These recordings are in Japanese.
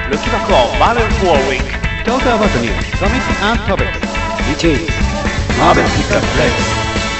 Looking back on Marvel for a week. Talk about the news, comics and topics. Which is Marvel Pickup Play.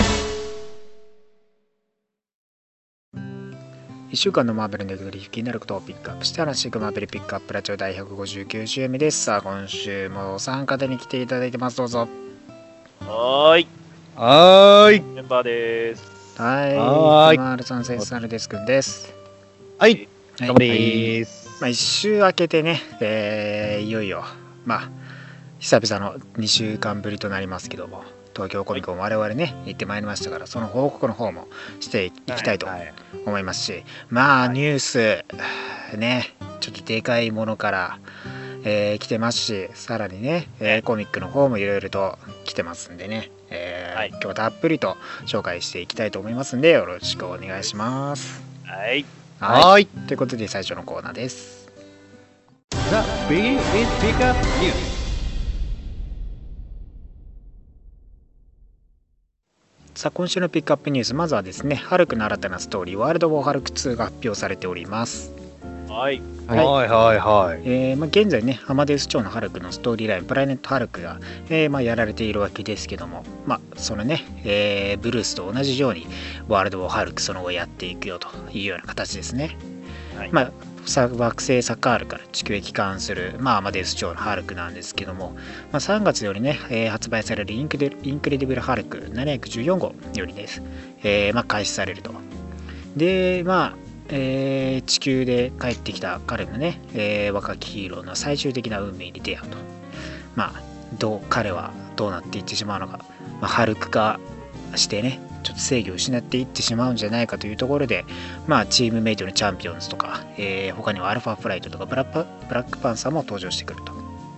1週間のマーベルの気になることをピックアップして話していくマーベルピックアップラジオ第159週目です。さあ今週もお三方に来ていただいてます。どうぞ。 はーい。メンバーです。 はい。マールさん、センサルデス君です。 はい。頑張りーす。 1週明けてね、いよいよ久々の2週間ぶりとなりますけども、東京コミコン我々ね行ってまいりましたから、その報告の方もしていきたいと思いますし、ニュースねちょっとでかいものから、来てますし、さらにね、コミックの方もいろいろと来てますんでね、今日はたっぷりと紹介していきたいと思いますんで、よろしくお願いします。はい。ということで最初のコーナーです。 The Big is Pickup News。 さあ今週のピックアップニュース、まずはですね、ハルクの新たなストーリーワールドウォーハルク2が発表されております。現在ね、アマデウス町のハルクのストーリーラインプラネットハルクが、やられているわけですけども、そのね、ブルースと同じようにワールドウォーハルクその後やっていくよというような形ですね。惑星サカールから地球へ帰還する、アマデウス町のハルクなんですけども、3月よりね、発売されるインクレディブルハルク714号よりです、開始されると。で地球で帰ってきた彼のね、若きヒーローの最終的な運命に出会うと、彼はどうなっていってしまうのか、ハルク化してねちょっと制御を失っていってしまうんじゃないかというところで、チームメイトのチャンピオンズとか、他にはアルファフライトとかブラックパンサーも登場してくると。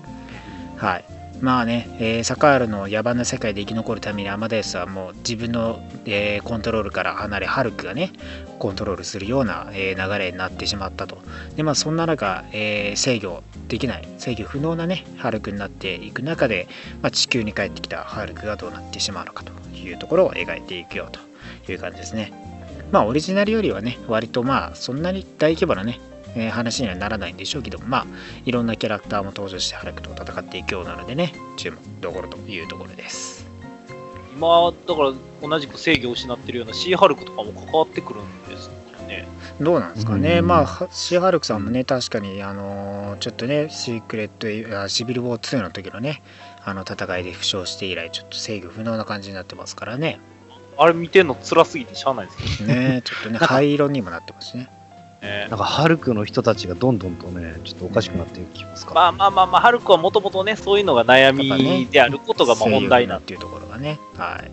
サカールの野蛮な世界で生き残るためにアマデウスはもう自分の、コントロールから離れ、ハルクがねコントロールするような、流れになってしまったと。でそんな中、制御不能なねハルクになっていく中で、地球に帰ってきたハルクがどうなってしまうのかというところを描いていくよという感じですね。オリジナルよりはね割とそんなに大規模なね話にはならないんでしょうけども、いろんなキャラクターも登場してハルクと戦っていくようなのでね、注目どころというところです。 今だから同じく制御を失っているようなシーハルクとかも関わってくるんですよね。 どうなんですかね。シーハルクさんもね確かにちょっとねシビルウォー2の時のね戦いで負傷して以来ちょっと制御不能な感じになってますからね。 あれ見てんの辛すぎてしゃあないですけどね。ちょっとね灰色にもなってますしね。 なんかハルクの人たちがどんどんとねちょっとおかしくなっていきますから、 ハルクはもともとねそういうのが悩みであることが問題なっていうところがね。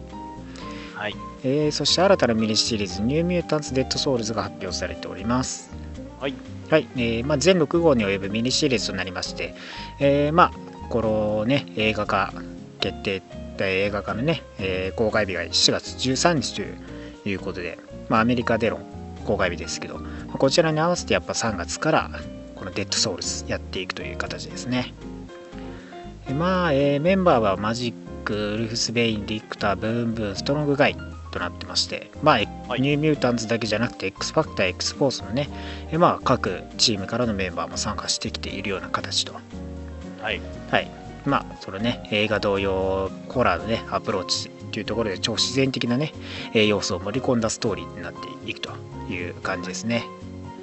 そして新たなミニシリーズニューミュータンツデッドソウルズが発表されております。全6号に及ぶミニシリーズとなりまして、このね映画化決定映画化のね、公開日が7月13日ということで、アメリカでの公開日ですけど、こちらに合わせてやっぱ3月からこのデッドソウルズやっていくという形ですね。メンバーはマジック、ウルフスベイン、リクター、ブーンブーン、ストロングガイとなってまして、ニューミュータンズだけじゃなくて X ファクター、X フォースのね、各チームからのメンバーも参加してきているような形と。そのね映画同様ホラーのねアプローチというところで超自然的なね要素を盛り込んだストーリーになっていくという感じですね。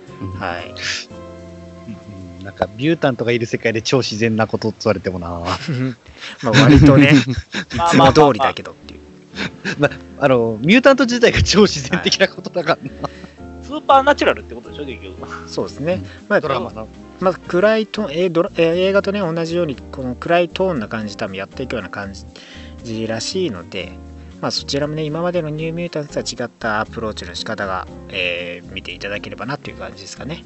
なんかミュータントがいる世界で超自然なことって言われてもな割とねいつも通りだけどっていうミュータント自体が超自然的なことだからな、 スーパーナチュラルってことでしょ結局。 そうですね。 ドラマの暗いトーン、映画とね同じようにこの暗いトーンな感じ多分やっていくような感じらしいので、そちらもね今までのニューミュータントとは違ったアプローチの仕方が、見ていただければなという感じですかね。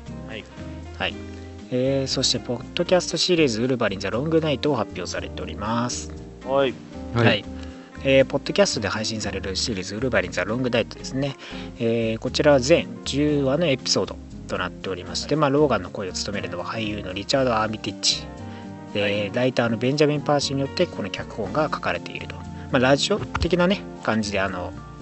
そしてポッドキャストシリーズウルヴァリンザロングナイトを発表されております。ポッドキャストで配信されるシリーズウルヴァリンザロングナイトですね。こちらは全10話のエピソードとなっておりまして、ローガンの声を務めるのは俳優のリチャード・アーミティッチで、ライターのベンジャミン・パーシーによってこの脚本が書かれていると。ラジオ的なね感じで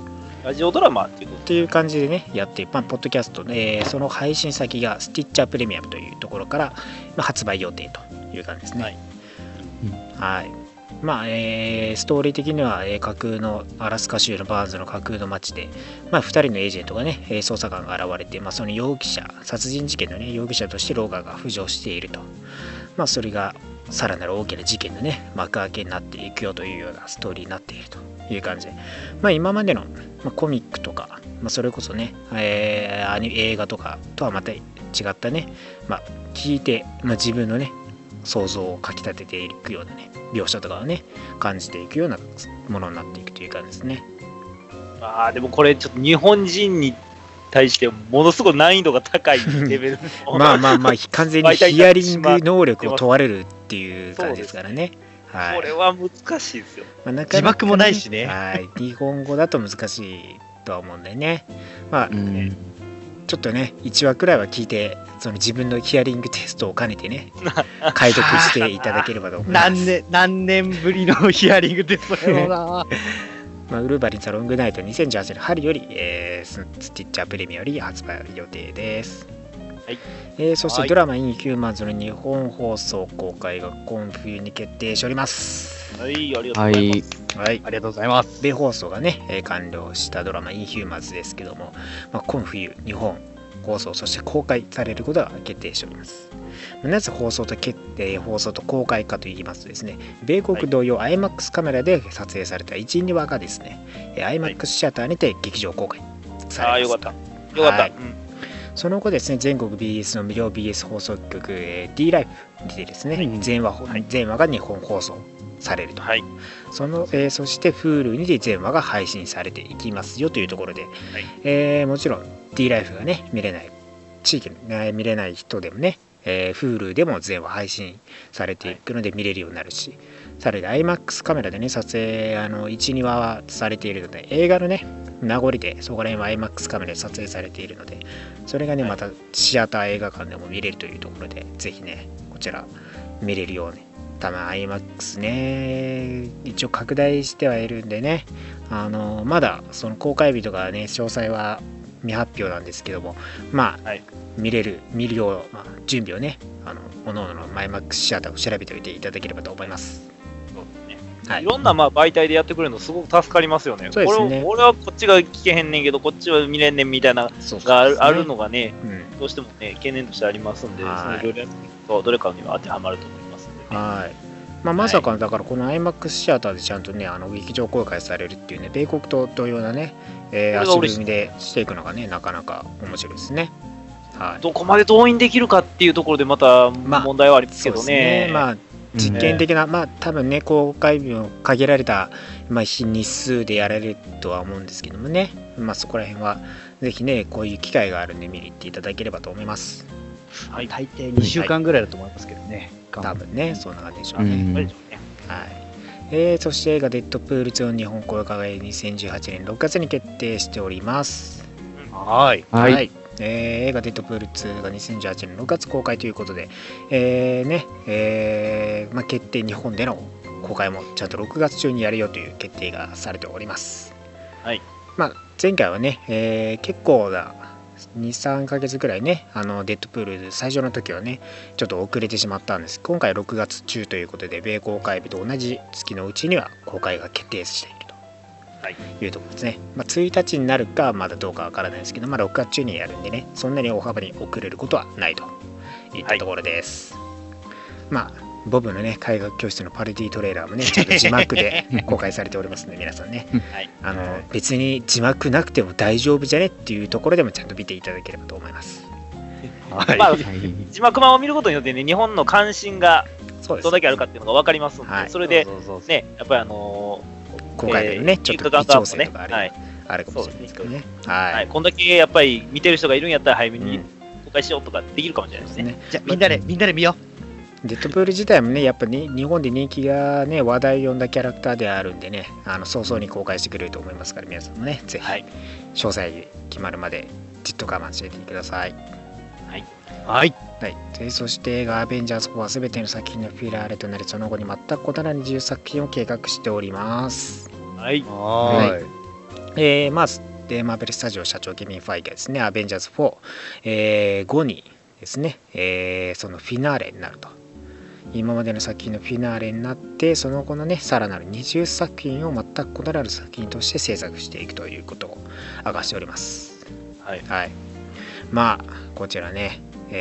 ラジオドラマっていうこっていう感じでねやっている、まあ、ポッドキャストで、その配信先がスティッチャープレミアムというところから、まあ、発売予定という感じですね。はい、まあストーリー的には、架空のアラスカ州のバーンズの架空の街で、まあ、2人のエージェントがね、捜査官が現れて、まあ、その容疑者、殺人事件の、ね、容疑者としてローガーが浮上していると、まあ、それがさらなる大きな事件のね幕開けになっていくよというようなストーリーになっているという感じで、まあ、今までの、まあ、コミックとか、まあ、それこそね、映画とかとはまた違ったね、まあ、聞いて、まあ、自分のね想像をかき立てていくようなね描写とかをね感じていくようなものになっていくという感じですね。 でもこれちょっと日本人に対してものすごい難易度が高いレベルのまあ完全にヒアリング能力を問われるっていう感じですからね。はい、 これは難しいですよ。 まあ、なかなかね字幕もないしね。 はい、日本語だと難しいとは思うんでね。まあ、ちょっとね1話くらいは聞いて、その自分のヒアリングテストを兼ねてね解読していただければと思います。 何年ぶりのヒアリングテストやろうな。 まあ、ウルヴァリンザロングナイト2018年春より、スティッチャープレミアより発売予定です。 はい。 そしてドラマインヒューマンズの日本放送公開が今冬に決定しております。 はい、ありがとうございます。 はい、 ありがとうございます。 米放送がね、完了したドラマインヒューマンズですけども、まあ、今冬日本放送そして公開されることが決定しております。なぜ放送と公開かといいますとですね、米国同様 IMAX カメラで撮影された1、2話がですね、IMAX シアターにて劇場公開されます。 よかった。よかった。 その後ですね、全国 BS の無料 BS 放送局 D ライフにてですね、全話が日本放送されると。そして Hulu にて全話が配信されていきますよというところで、もちろん D ライフがね見れない地域の、見れない人でもね、Hulu でも全話配信されていくので見れるようになるし、さらに IMAX カメラでね撮影1、2話はされているので、映画のね名残でそこら辺は IMAX カメラで撮影されているので、それがねまたシアター映画館でも見れるというところで、ぜひねこちら見れるように、多分 IMAX ね一応拡大してはいるんでね、まだその公開日とかね詳細は未発表なんですけども、まあ、見るよう、準備をね各々のIMAX シアターを調べておいていただければと思います。 いろんな媒体でやってくれるのすごく助かりますよね。 そうですね。 俺はこっちが聞けへんねんけど、こっちは見れんねんみたいなのがあるのがね、どうしてもね懸念としてありますんで、いろいろやっていくとどれかには当てはまると思いますんでね。はい。 まさかだからこの IMAX シアターでちゃんとね劇場公開されるっていうね、米国と同様なね、足踏みでしていくのがねなかなか面白いですね。はい。 どこまで動員できるかっていうところでまた問題はありますけどね。 実験的な、多分ね公開日も限られた、日数でやられるとは思うんですけどもね、そこら辺はぜひねこういう機会があるんで見に行っていただければと思います。 はい、大抵2週間ぐらいだと思いますけどね。 多分ねそんな感じでしょうね。はい。そして映画デッドプール2の日本公開が2018年6月に決定しております。 はい。 映画デッドプール2が2018年6月公開ということで、決定、日本での公開もちゃんと6月中にやるよという決定がされております。 はい。 前回はね、結構な2、3ヶ月くらいね、デッドプール最初の時はねちょっと遅れてしまったんです。今回6月中ということで、米公開日と同じ月のうちには公開が決定しているというところですね。1日になるかまだどうかわからないですけど、6月中にやるんでね、そんなに大幅に遅れることはないといったところです。ボブのね海学教室のパロディトレーラーもねちゃんと字幕で公開されておりますので、皆さんね、別に字幕なくても大丈夫じゃねっていうところでもちゃんと見ていただければと思います。 字幕版を見ることによってね、日本の関心がどれだけあるかっていうのが分かりますので、それでねやっぱり公開日のねちょっと微調整とかあるかもしれないですけどね。 こんだけやっぱり見てる人がいるんやったら早めに公開しようとかできるかもしれないですね。 じゃあみんなで見よう。 デッドプール自体もねやっぱり日本で人気がね話題を呼んだキャラクターであるんでね、早々に公開してくれると思いますから、皆さんもねぜひ詳細決まるまでじっと我慢していてください。でそして映画アベンジャーズ4は全ての作品のフィラーレとなり、その後に全く異なる20作品を計画しております。 でマーベルスタジオ社長ケビン・ファイギがですねアベンジャーズ4、後にですね、そのフィナーレになると、今までの作品のフィナーレになって、その後のねさらなる20作品を全く異なる作品として制作していくということを明かしております。 はい、 はい、まあこちらね、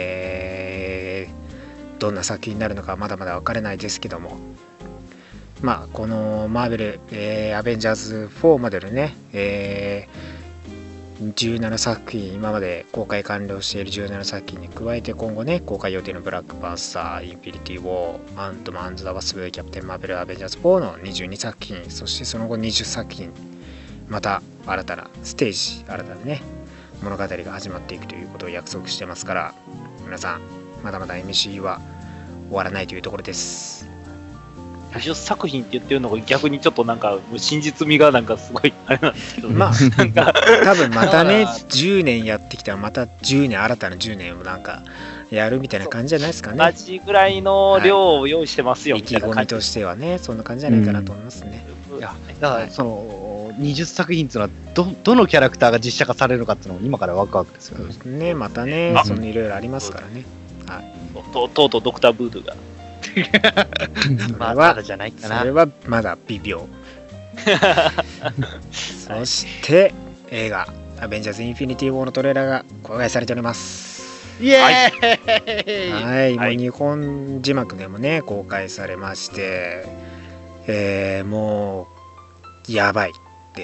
どんな作品になるのかまだまだ分からないですけども、まあこのマーベル、アベンジャーズ4までのね、17作品、今まで公開完了している17作品に加えて、今後ね公開予定のブラックパンサー、インフィニティ・ウォー、アントマン&ザ・ワスプ、キャプテン・マーベル、アベンジャーズ4の22作品、そしてその後20作品、また新たなステージ、新たなね物語が始まっていくということを約束してますから、皆さんまだまだ MCU は終わらないというところです。 20作品って言ってるのが逆にちょっとなんか真実味がなんかすごいあれなんですけど、 まあなんか多分またね10年やってきたらまた10年新たな10年をなんかやるみたいな感じじゃないですかね。 同じぐらいの量を用意してますよ、 意気込みとしてはねそんな感じじゃないかなと思いますね。 いやだからその20作品っていうのはどのキャラクターが実写化されるのかっていうのも今からワクワクですよね。 そうですね、またねそのいろいろありますからね。はい、 とうとうドクターブードゥがまだじゃないかな。 それはまだ微妙そして映画アベンジャーズインフィニティウォーのトレーラーが公開されております。 イエーイ、 はい、もう日本字幕でもね公開されまして、もうやばいです。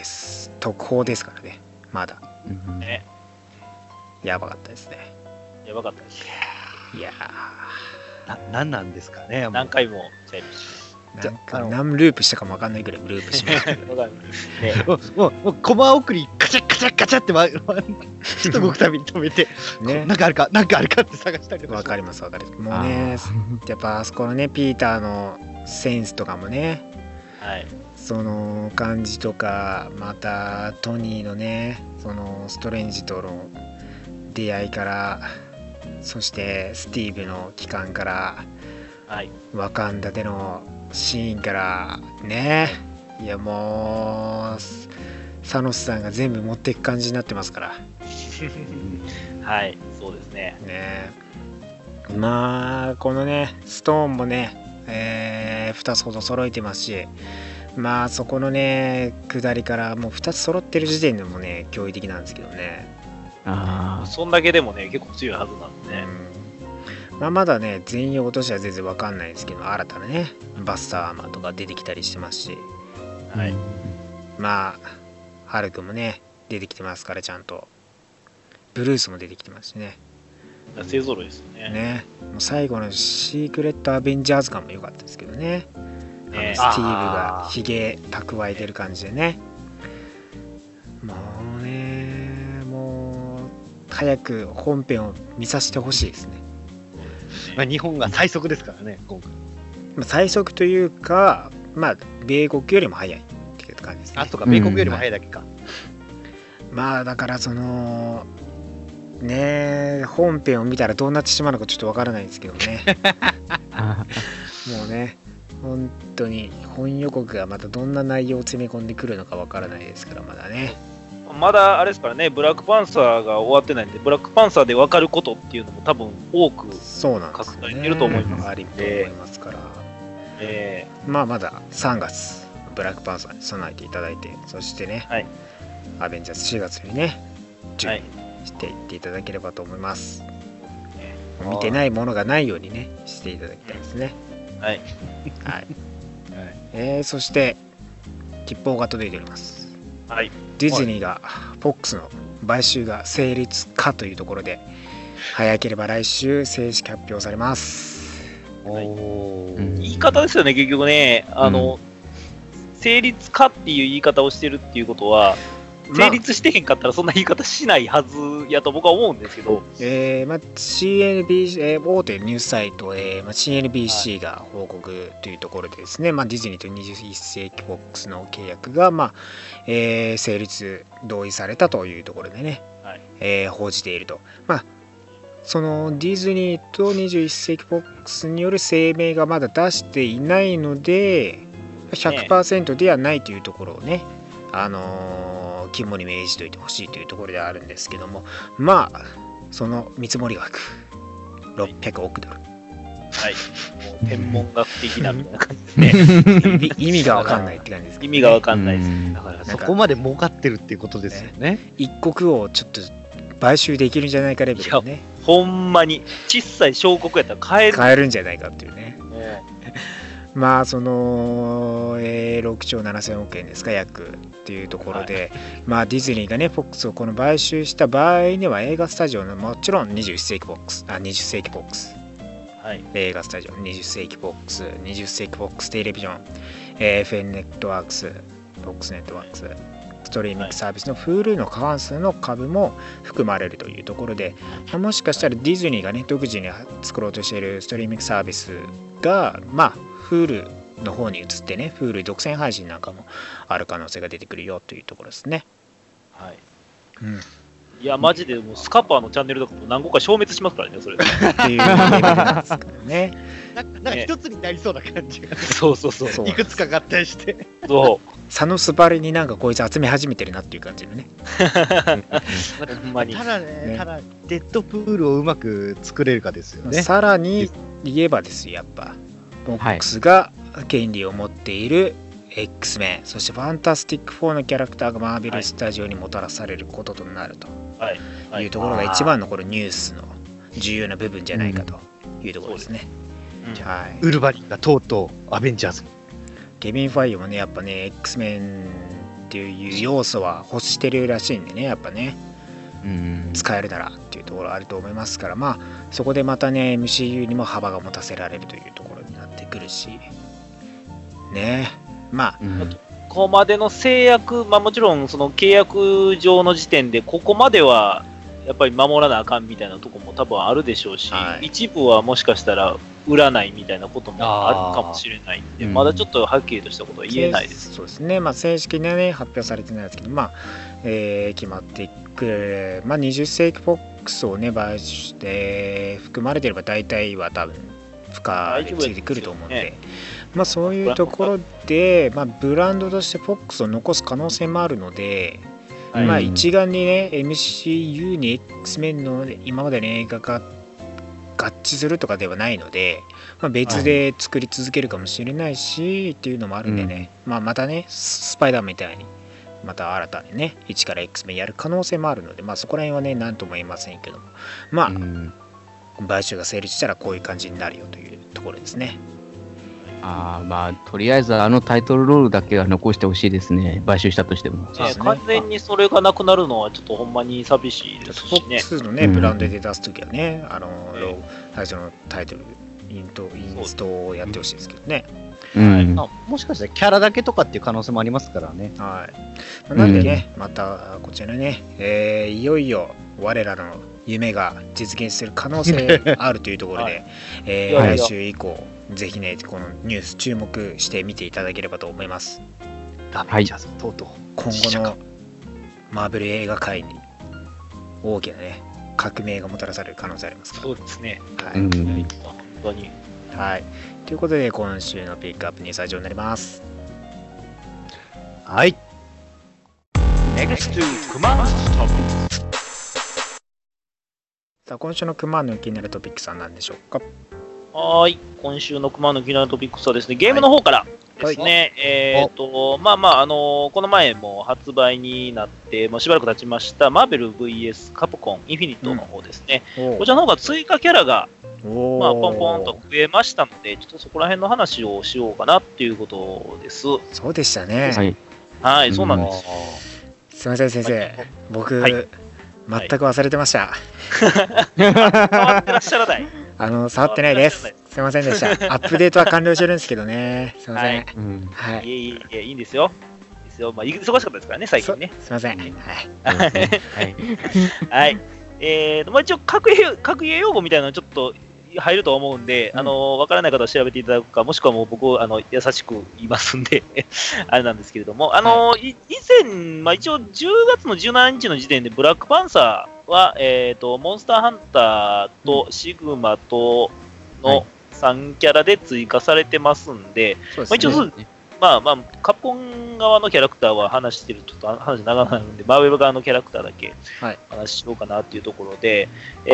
特報ですからね、まだ、 ね、 やばかったですね。 やばかったですね。 いや何なんですかね。 何回もチャイムして何ループしたかも分かんないぐらいループしましたけどもうコマ送りカチャカチャカチャってちょっと動くたびに止めて、ね、なんかあるかって探したりとか。 分かりますもうねやっぱあそこのねピーターのセンスとかもね、 はい、 その感じとか、またトニーのねそのストレンジとの出会いから、そしてスティーブの帰還から、 はい、 ワカンダでのシーンからね、いやもうサノスさんが全部持っていく感じになってますからはい、そうですね。 まあこのねストーンもね、2つほど揃えてますし、まあそこのね下りからもう2つ揃ってる時点でもね驚異的なんですけどね。 そんだけでもね結構強いはずなんでね、 まあ、まだね全容としては全然わかんないですけど、新たなねバスターアーマーとか出てきたりしてますし、 はい、 まあハルクもね出てきてますから、ちゃんとブルースも出てきてますしね。 勢ぞろいですよね。 もう最後のシークレットアベンジャーズ感も良かったですけどね。スティーブがヒゲ蓄えてる感じでね、もうね早く本編を見させてほしいですね。 まあ、日本が最速ですからね今回。 最速というか、まあ米国よりも早いっていう感じですね。 あとか米国よりも早いだけか、 まあだからそのね本編を見たらどうなってしまうのかちょっとわからないんですけどねもうね本当に本予告がまたどんな内容を詰め込んでくるのかわからないですから、まだねまだあれですからね、ブラックパンサーが終わってないんで、ブラックパンサーで分かることっていうのも多分多くそうなんです書かれてると思います。 ありと思いますから、まあまだ3月ブラックパンサーに備えていただいて、そしてね、 はい、 アベンジャーズ4月にね準備していっていただければと思います。見てないものがないようにねしていただきたいですね。 はい、 はい、そして吉報が届いております。 はい、 ディズニーが FOX の買収が成立かというところで、早ければ来週正式発表されます。 言い方ですよね結局ね、成立かっていう言い方をしてるっていうことは、成立してへんかったらそんな言い方しないはずやと僕は思うんですけど、 CNBC、大手ニュースサイト、CNBC が報告というところでですね、ディズニーと21世紀 FOX の契約が、成立同意されたというところでね、報じていると。そのディズニーと21世紀 FOX による声明がまだ出していないので 100% ではないというところをね肝に銘じておいてほしいというところではあるんですけども、まあその見積もり額600億ドル、 はい、もう天文学的なみたいな感じですね。 意味が分かんないって感じですけど、ね、 意味が分かんないですね。だからそこまで儲かってるっていうことですよね。 一国をちょっと買収できるんじゃないかレベルでね、 ほんまに小さい小国やったら買えるんじゃないかっていうね。まあその、6兆7000億円ですか約っていうところで、まあディズニーがね FOX をこの買収した場合には映画スタジオのもちろん20世紀ボックス、はい、映画スタジオ20世紀ボックス、20世紀ボックステレビジョン、FN ネットワークス、FOX ネットワークス、ストリーミングサービスの Hulu の過半数の株も含まれるというところで、もしかしたらディズニーがね独自に作ろうとしているストリーミングサービスがまあHulu の方に移ってね、Hulu 独占配信なんかもある可能性が出てくるよというところですね。 はい。 うん。 いや、マジでもうスカパーのチャンネルとかも何個か消滅しますからね、それ。 っていうレベルなんですからね。 なんか一つになりそうな感じが、ね。 そう。 いくつか合体して。 そう。 サノスバリになんかこいつ集め始めてるなっていう感じのね。 ほんまに。 ただデッドプールをうまく作れるかですよね。 さらに言えばですよ、やっぱ。FOX が権利を持っている X メン、そしてファンタスティック4のキャラクターがマーベルスタジオにもたらされることとなるというところが一番のこのニュースの重要な部分じゃないかというところですね。 はい、ウルヴァリンがとうとうアベンジャーズに。 ケビン・ファイオもねやっぱね X メンっていう要素は欲してるらしいんでね、やっぱね使えるならっていうところあると思いますから、まあそこでまたね MCU にも幅が持たせられるというところになってくるしね。まあ、 ここまでの制約、まあもちろんその契約上の時点でここまではやっぱり守らなあかんみたいなところも多分あるでしょうし、一部はもしかしたら売らないみたいなこともあるかもしれないんで、まだちょっとはっきりとしたことは言えないです。 そうですね、まあ、正式にはね発表されてないですけど、まあ決まっていく、まあ、20世紀フォックスをね買収して含まれていれば大体は多分付加でついてくると思うんで、まあ、そういうところで、まあ、ブランドとしてフォックスを残す可能性もあるので、まあ一概にね MCU に X メンの今までの映画が合致するとかではないので、まあ、別で作り続けるかもしれないし、っていうのもあるんでね、まあ、またねスパイダーマンみたいにまた新たにね1から X メンやる可能性もあるので、まあそこら辺はね何とも言えませんけども、まあ買収が成立したらこういう感じになるよというところですね。 まあとりあえずタイトルロールだけは残してほしいですね、買収したとしても。 完全にそれがなくなるのはちょっとほんまに寂しいですしね。 FOX のねブランドで出すときはね、最初のタイトルインストをやってほしいですけどね。 もしかしたらキャラだけとかっていう可能性もありますからね。 はい。なんでね、またこちらね、いよいよ我らの夢が実現する可能性あるというところで、来週以降ぜひねこのニュース注目して見ていただければと思います。 ダメージャーズとうとう今後のマーベル映画界に大きなね革命がもたらされる可能性ありますから。 そうですね。 はい。 本当に。 はい。ということで今週のピックアップニュースは以上になります。 はい。 Next to Command Topics。 さあ今週のクマの気になるトピックスは何でしょうか。 はい、今週のクマの気になるトピックスはですね、ゲームの方からですね、この前も発売になって、もうしばらく経ちました、マーベル VS カプコンインフィニットの方ですね、こちらの方が追加キャラが、ポンポンと増えましたので、ちょっとそこら辺の話をしようかなっていうことです。 そうでしたね。 はい、そうなんです。 すみません、先生。僕、全く忘れてました。 触ってらっしゃらない。 触ってないです。すみませんでした。アップデートは完了してるんですけどね。すみません。 はい。いいんですよ。いいですよ。まあ、忙しかったですからね、最近ね。 すみません。はい。 はい。まあ、一応、格ゲー用語みたいなのちょっと入ると思うんで、わからない方は調べていただくか、もしくはもう僕、優しく言いますんで、あれなんですけれども、以前、まあ、一応10月の17日の時点で、ブラックパンサーは、モンスターハンターとシグマとの3キャラで追加されてますんで、まあ、一応、カプコン漫側のキャラクターは話してると、ちょっと話長くなるんで、マーベル側のキャラクターだけ話しようかなっていうところで、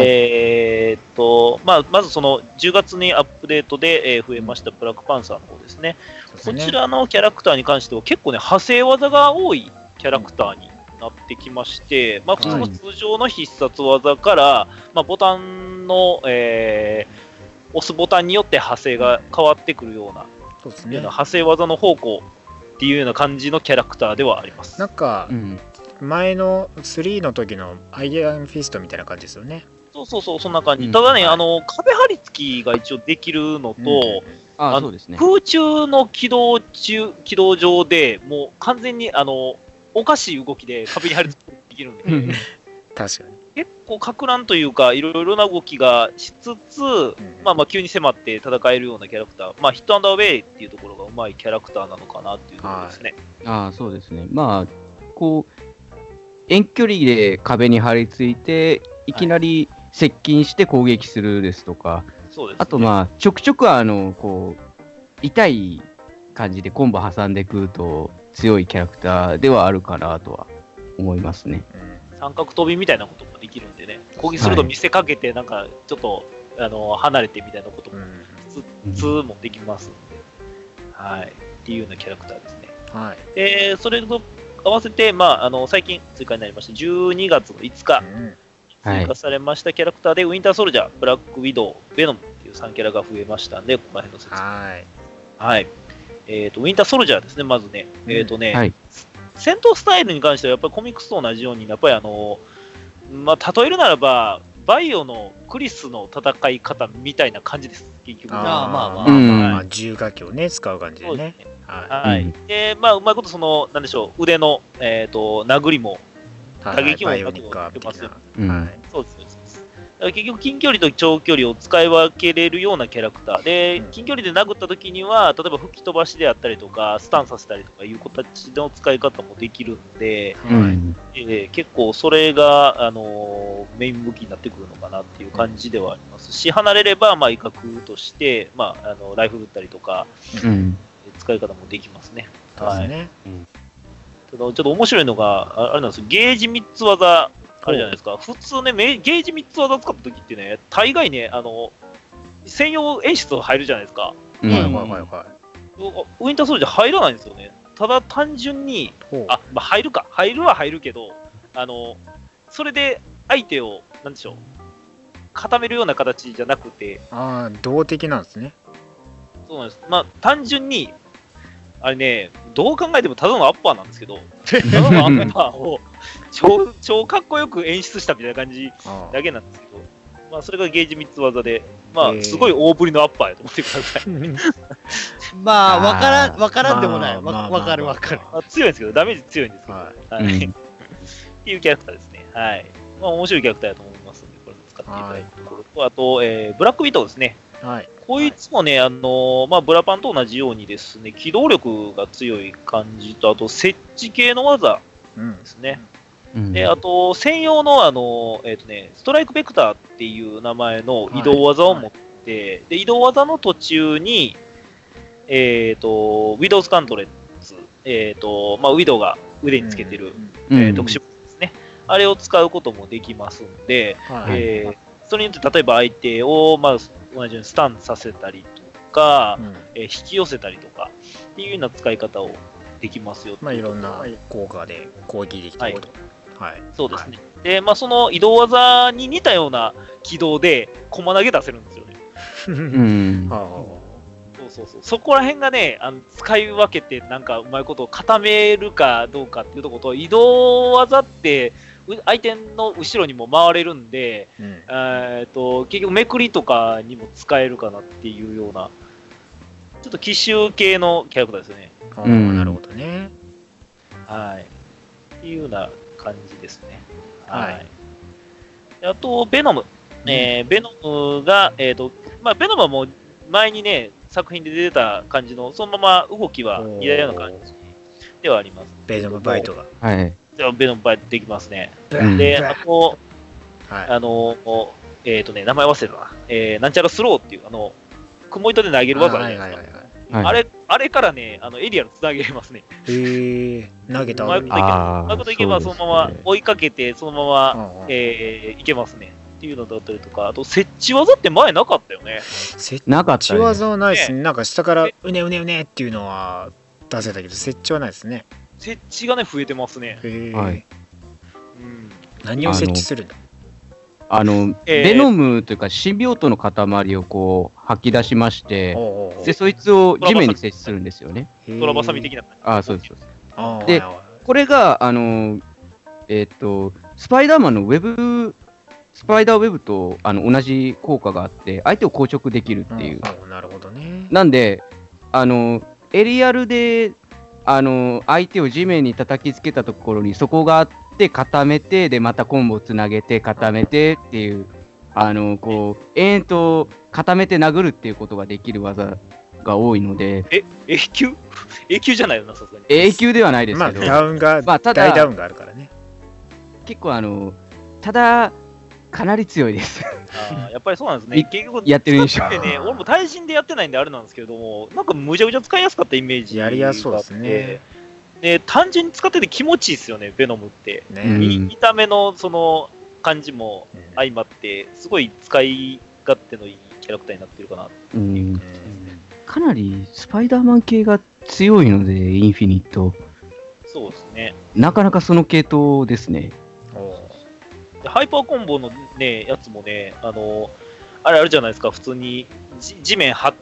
まずその10月にアップデートで増えましたブラックパンサーの方ですね。こちらのキャラクターに関しては結構ね、派生技が多いキャラクターになってきまして、普通の通常の必殺技から、ボタンの、押すボタンによって派生が変わってくるような、派生技の方向っていうような感じのキャラクターではあります。 なんか、前の3の時のアイアンフィストみたいな感じですよね。 そう、そんな感じ。ただね、壁張り付きが一応できるのと、 そうですね、 空中の軌道上でもう完全におかしい動きで壁に張り付くことができるんで、 確かに結構か乱というかいろいろな動きがしつつ、急に迫って戦えるようなキャラクター、ヒットアンダーウェイっていうところがうまいキャラクターなのかなっていうところですね。 そうですね。こう遠距離で壁に張り付いていきなり接近して攻撃するですとか、 そうですね、 あとちょくちょくこう痛い感じでコンボ挟んでくると強いキャラクターではあるかなとは思いますね。 三角飛びみたいなこともできるんでね、攻撃すると見せかけてなんかちょっと離れてみたいなことも普通もできますんで、っていうようなキャラクターですね。それと合わせて、最近追加になりました12月の5日、追加されましたキャラクターで、ウィンターソルジャー、ブラックウィドウ、ベノムっていう3キャラが増えましたんで、ここら辺の説明。ウィンターソルジャーですね、まずね。戦闘スタイルに関しては、やっぱりコミックスと同じように、やっぱり例えるならば、バイオのクリスの戦い方みたいな感じです、結局。 銃火器をね、使う感じでね。 で、うまいこと、なんでしょう、腕の、殴りも、打撃もうまくやってますよ。そうです。結局、近距離と長距離を使い分けれるようなキャラクターで、近距離で殴った時には、例えば吹き飛ばしであったりとか、スタンさせたりとかいう形の使い方もできるんで、結構それが、メイン武器になってくるのかなっていう感じではありますし、離れれば、威嚇として、ライフル撃ったりとか、使い方もできますね。ただ、ちょっと面白いのが、あれなんですよ、ゲージ3つ技、あれじゃないですか、普通ね、ゲージ3つ技使った時ってね、大概ね、専用演出入るじゃないですか。ウィンターソルジャー入らないんですよね。ただ単純に、入るは入るけど、それで相手を、なんでしょう、固めるような形じゃなくて、 動的なんですね。 そうなんです。単純に、あれね、どう考えてもただのアッパーなんですけど、ただのアッパーを超かっこよく演出したみたいな感じだけなんですけど、それがゲージ3つ技で、すごい大振りのアッパーやと思ってください。 わからんでもない。わかる。 強いんですけど、ダメージ強いんですけど、っていうキャラクターですね。面白いキャラクターだと思いますので、これ使っていただいたところと、あと、ブラックビートですね。こいつもね、ブラパンと同じようにですね、機動力が強い感じと、あと、設置系の技ですね。で、あと、専用の、ストライクベクターっていう名前の移動技を持って、で、移動技の途中に、ウィドウズガントレッツ、ウィドウが腕につけてる、特殊ですね。あれを使うこともできますんで、それによって、例えば相手を、同じようにスタンさせたりとか、引き寄せたりとかっていうような使い方をできますよ。 いろんな効果で攻撃できていると。 そうですね。で、その移動技に似たような軌道で駒投げ出せるんですよね。そこら辺がね、使い分けてなんかうまいことを固めるかどうかっていうところと、移動技って相手の後ろにも回れるんで、結局めくりとかにも使えるかなっていうような、ちょっと奇襲系のキャラクターですよね。 なるほどね。 っていうような感じですね。あと、ベノム。ベノムが、ベノムはもう前にね、作品で出てた感じの、そのまま動きは似たような感じではあります。 ベノムバイトが。 ベノムバイトできますね。で、あと、名前忘れたな。なんちゃらスローっていう、雲糸で投げる技あるじゃないですか。ああれからね、エリアルつなげれますね。 投げたうまいこといけば、そのまま追いかけて、そのまま、いけますね。っていうのだったりとか、あと、設置技って前なかったよね。 なかった設置技はないですね。なんか下からうねうねうねっていうのは出せたけど、設置はないですね。 設置がね、増えてますね。 はい。 何を設置するんだ？ ベノムというかシンビオートの塊をこう吐き出しまして、でそいつを地面に設置するんですよね。 トラバサミ的な感じ。 そうです。で、これがスパイダーマンのスパイダーウェブと同じ効果があって、相手を硬直できるっていう。 なるほどね。 なんで、エリアルで相手を地面に叩きつけたところにそこがあって固めて、でまたコンボをつなげて固めてっていう、こう延々と固めて殴るっていうことができる技が多いので。 永久永久じゃないよな、さすがに。 永久ではないですけど、 ダウンが、大ダウンがあるからね。 結構ただかなり強いです。 やっぱりそうなんですね。結局やってる印象ね、俺も対人でやってないんであれなんですけれども、なんかむちゃくちゃ使いやすかったイメージがあって。 やりやすそうですね。 で、単純に使ってて気持ちいいですよね、ベノムって。見た目のその感じも相まって、すごい使い勝手のいいキャラクターになってるかなっていう。 かなりスパイダーマン系が強いので、インフィニット。 そうですね。 なかなかその系統ですね。 ハイパーコンボのね、やつもね、あれあるじゃないですか、普通に地面張って、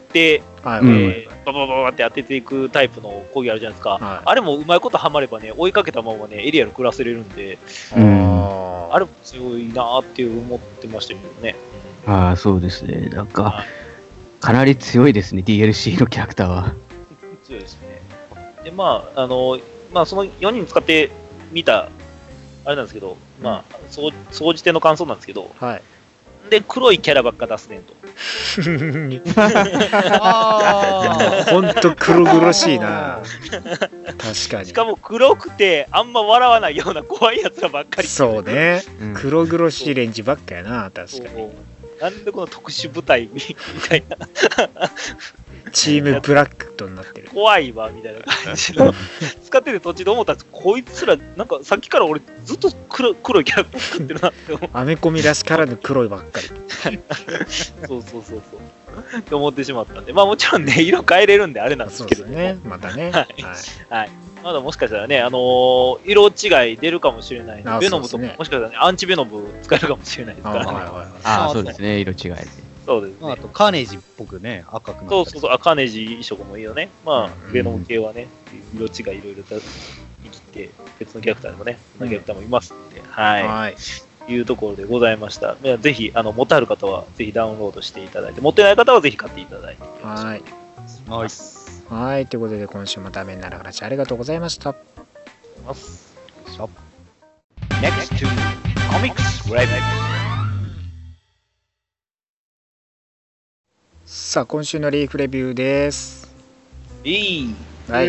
ババババって当てていくタイプの攻撃あるじゃないですか。あれもうまいことはまればね、追いかけたままね、エリアル暮らせれるんで、あれも強いなーって思ってましたけどね。 そうですね。なんか、かなり強いですね、DLC のキャラクターは。 強いですね。で、その4人使ってみた、あれなんですけど、総じての感想なんですけど、で、黒いキャラばっか出すねんと。 ほんと黒々しいな。確かに。 しかも黒くて、あんま笑わないような怖いやつらばっかり。 そうね。黒々しいレンジばっかやな、確かに。 なんでこの特殊部隊みたいな。 チームブラックとなってる。 怖いわみたいな感じの使ってて途中で思ったんです。こいつらなんかさっきから俺ずっと黒いキャラクター作ってるなって思う。 アメコミらしからぬ黒いばっかり。 そうって思ってしまったんで、もちろんね色変えれるんであれなんですけどね。またね。 はい。まだもしかしたらね色違い出るかもしれないので、ベノムともしかしたらねアンチベノム使えるかもしれないですからね。 そうですね、色違いで。 そうですね。 あとカーネージっぽくね、赤くなったり。そう、カーネージ移植もいいよね。ベノム系はね、色違いいろいろと生きて、別のキャラクターもね、そんなキャラクターもいますんで、いうところでございました。ぜひ、持ってある方はぜひダウンロードしていただいて、持ってない方はぜひ買っていただいて。 はい、ということで今週もダメになる話ありがとうございました。 Next to Comics Review。 さあ今週のリーフレビューです。はい、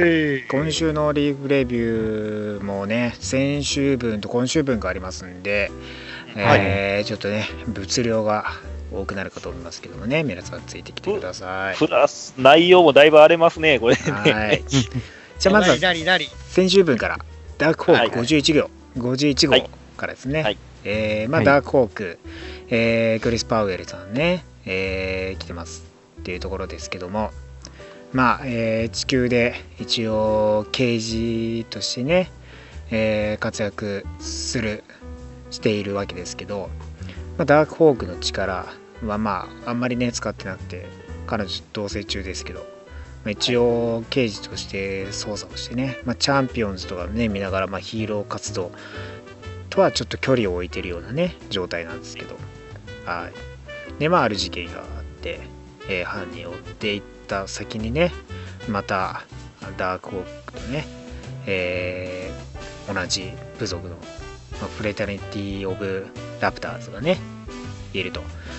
今週のリーフレビューもね、先週分と今週分がありますんで、ちょっとね物量が多くなるかと思いますけどもね、皆さんついてきてください。 プラス内容もだいぶ荒れますねこれね。 じゃあまずは先週分からダークホーク51号からですね。ダークホーク、クリス・パウエルさんね、来てますっていうところですけども、地球で一応刑事としてね、活躍しているわけですけど、ダークホークの力はあんまりね使ってなくて、彼女同棲中ですけど、一応刑事として捜査をしてね、チャンピオンズとかね見ながら、ヒーロー活動とはちょっと距離を置いてるようなね状態なんですけど、である事件があって、犯人を追っていった先にね、またダークホークとね、同じ部族のフレタニティ・オブ・ラプターズがねいると。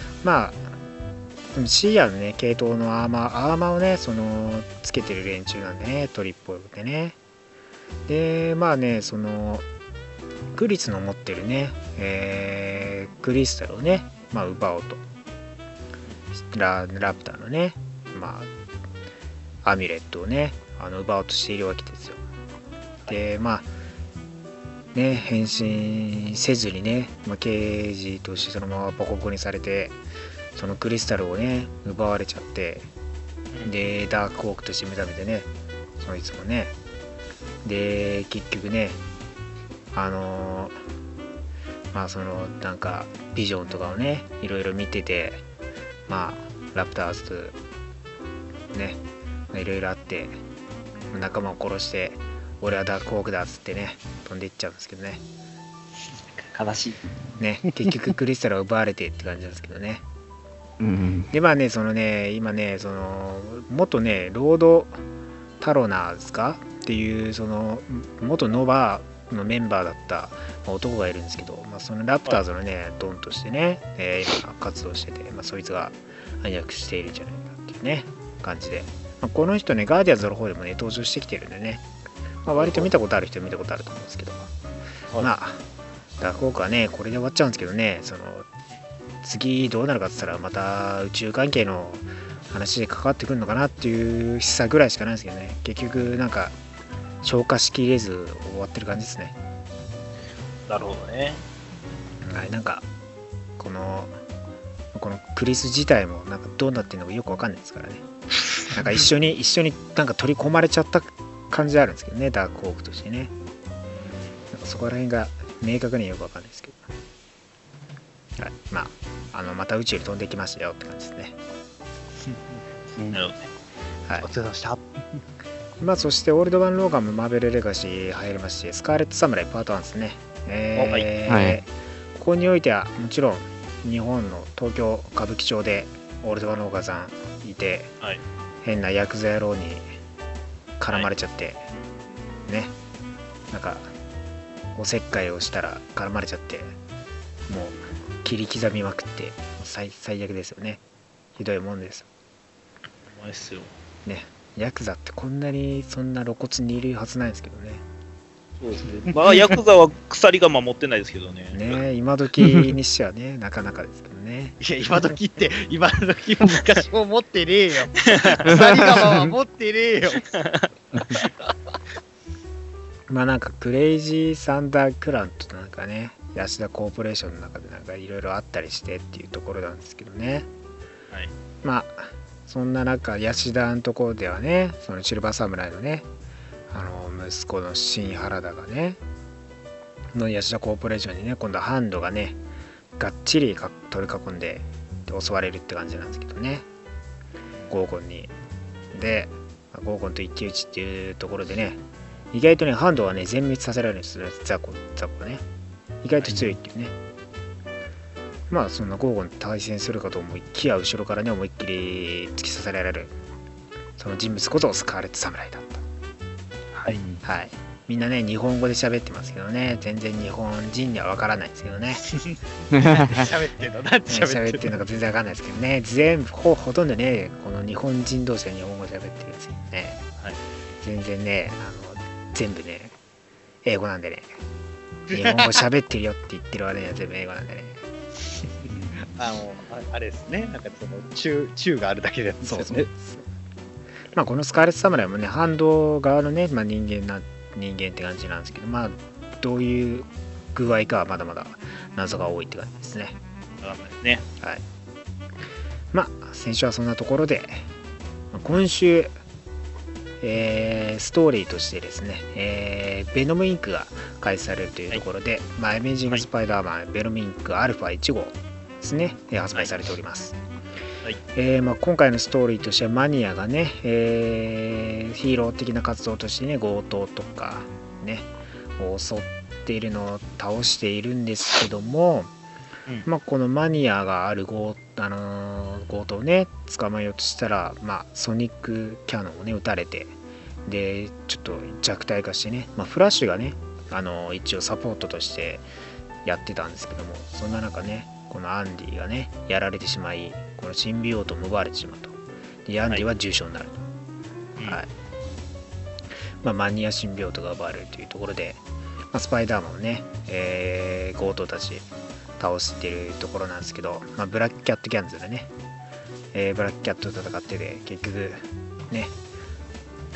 シーアのね系統のアーマーをねつけてる連中なんでね、トリップでね。でそのクリスの持ってるね、クリスタルをね奪おうとラプターのねアミュレットをね奪おうとしているわけですよ。でまあね変身せずにね、刑事としてそのままボコボコにされて、そのクリスタルをね奪われちゃって、でダークホークとして目覚めてね、そいつもね、で結局ねそのなんかビジョンとかをねいろいろ見てて、ラプターズとねいろいろあって仲間を殺して、俺はダークホークだっつってね飛んでいっちゃうんですけどね。 悲しいね、結局クリスタルを奪われてって感じなんですけどね。でそのね今ねその元ねロードタロナーズかっていうその元ノバのメンバーだった男がいるんですけど、そのラプターズのねドンとしてね、今活動してて、そいつが暗躍しているんじゃないかっていうね感じで、この人ねガーディアンズの方でもね登場してきてるんでね、割と見たことある人は見たことあると思うんですけど、ダークホークはねこれで終わっちゃうんですけどね、その次どうなるかって言ったらまた宇宙関係の話で関わってくるのかなっていう示唆ぐらいしかないんですけどね、結局なんか消化しきれず終わってる感じですね。 なるほどね。 はい、なんかこのクリス自体もなんかどうなってるのかよくわかんないですからね。なんか一緒になんか取り込まれちゃった感じあるんですけどね、ダークホークとしてね。なんかそこら辺が明確によくわかんないですけど。はい、また宇宙に飛んできましたよって感じですね。 なるほどね。 はい。 お疲れ様でした。 そしてオールド・バン・ローガンもマーベル・レガシー入りますし、スカーレット・サムライパート1ですね。ここにおいてはもちろん日本の東京歌舞伎町でオールド・バン・ローガンさんいて、変なヤクザ野郎に絡まれちゃって、ね、なんかおせっかいをしたら絡まれちゃって、もう切り刻みまくって最悪ですよね。ひどいもんですよ。 お前っすよ。 ね、ヤクザってこんなにそんな露骨にいるはずないんですけどね。 そうですね。ヤクザは鎖が守ってないですけどね。 ね、今時にしてはね、なかなかですけどね。 いや、今時も昔も持ってねえよ。鎖釜は持ってねえよ。 なんかクレイジーサンダークラントとなんかね、安田コーポレーションの中でなんかいろいろあったりしてっていうところなんですけどね。 はい。 そんな中、安田のところではね、そのシルバー侍のね、息子の新原田がね、の安田コーポレーションにね、今度はハンドがね、がっちり取り囲んで襲われるって感じなんですけどね。ゴーゴンに。で、ゴーゴンと一騎打ちっていうところでね、意外とね、ハンドはね、全滅させられるんですよ、ザコがね。意外と強いっていうね。そんなゴーゴンと対戦するかと思いきや、後ろからね、思いっきり突き刺されられる。その人物こそスカーレット侍だった。はい。はい。みんなね、日本語で喋ってますけどね、全然日本人にはわからないですけどね。 喋ってんのなんて喋ってるのか全然わかんないですけどね、全部ほとんどね、この日本人同士は日本語で喋ってるんですけどね。はい。全然ね、全部ね、英語なんでね。日本語喋ってるよって言ってる割には全部英語なんでね。 あれですね、なんかその中があるだけで、 そうですね。このスカーレット侍もね、ハンド側のね、人間って感じなんですけど、どういう具合かはまだまだ謎が多いって感じですね。 ね。 はい。先週はそんなところで、今週、ストーリーとしてですね、ベノムインクが開始されるというところで、アメージングスパイダーマン、ベノムインクアルファ1号ですね、発売されております。今回のストーリーとしてはマニアがね、ヒーロー的な活動としてね、強盗とかねを襲っているのを倒しているんですけども、このマニアがある強盗をね捕まえようとしたら、ソニックキャノンをね撃たれて、でちょっと弱体化してね、フラッシュがね一応サポートとしてやってたんですけども、そんな中ねこのアンディがねやられてしまい、このシンビオートも奪われてしまうと。でアンディは重傷になると。はい。マニアシンビオートが奪われるというところで、スパイダーマンをね、強盗たち倒しているところなんですけど、ブラックキャットギャンズでね、ブラックキャットと戦ってて、結局ね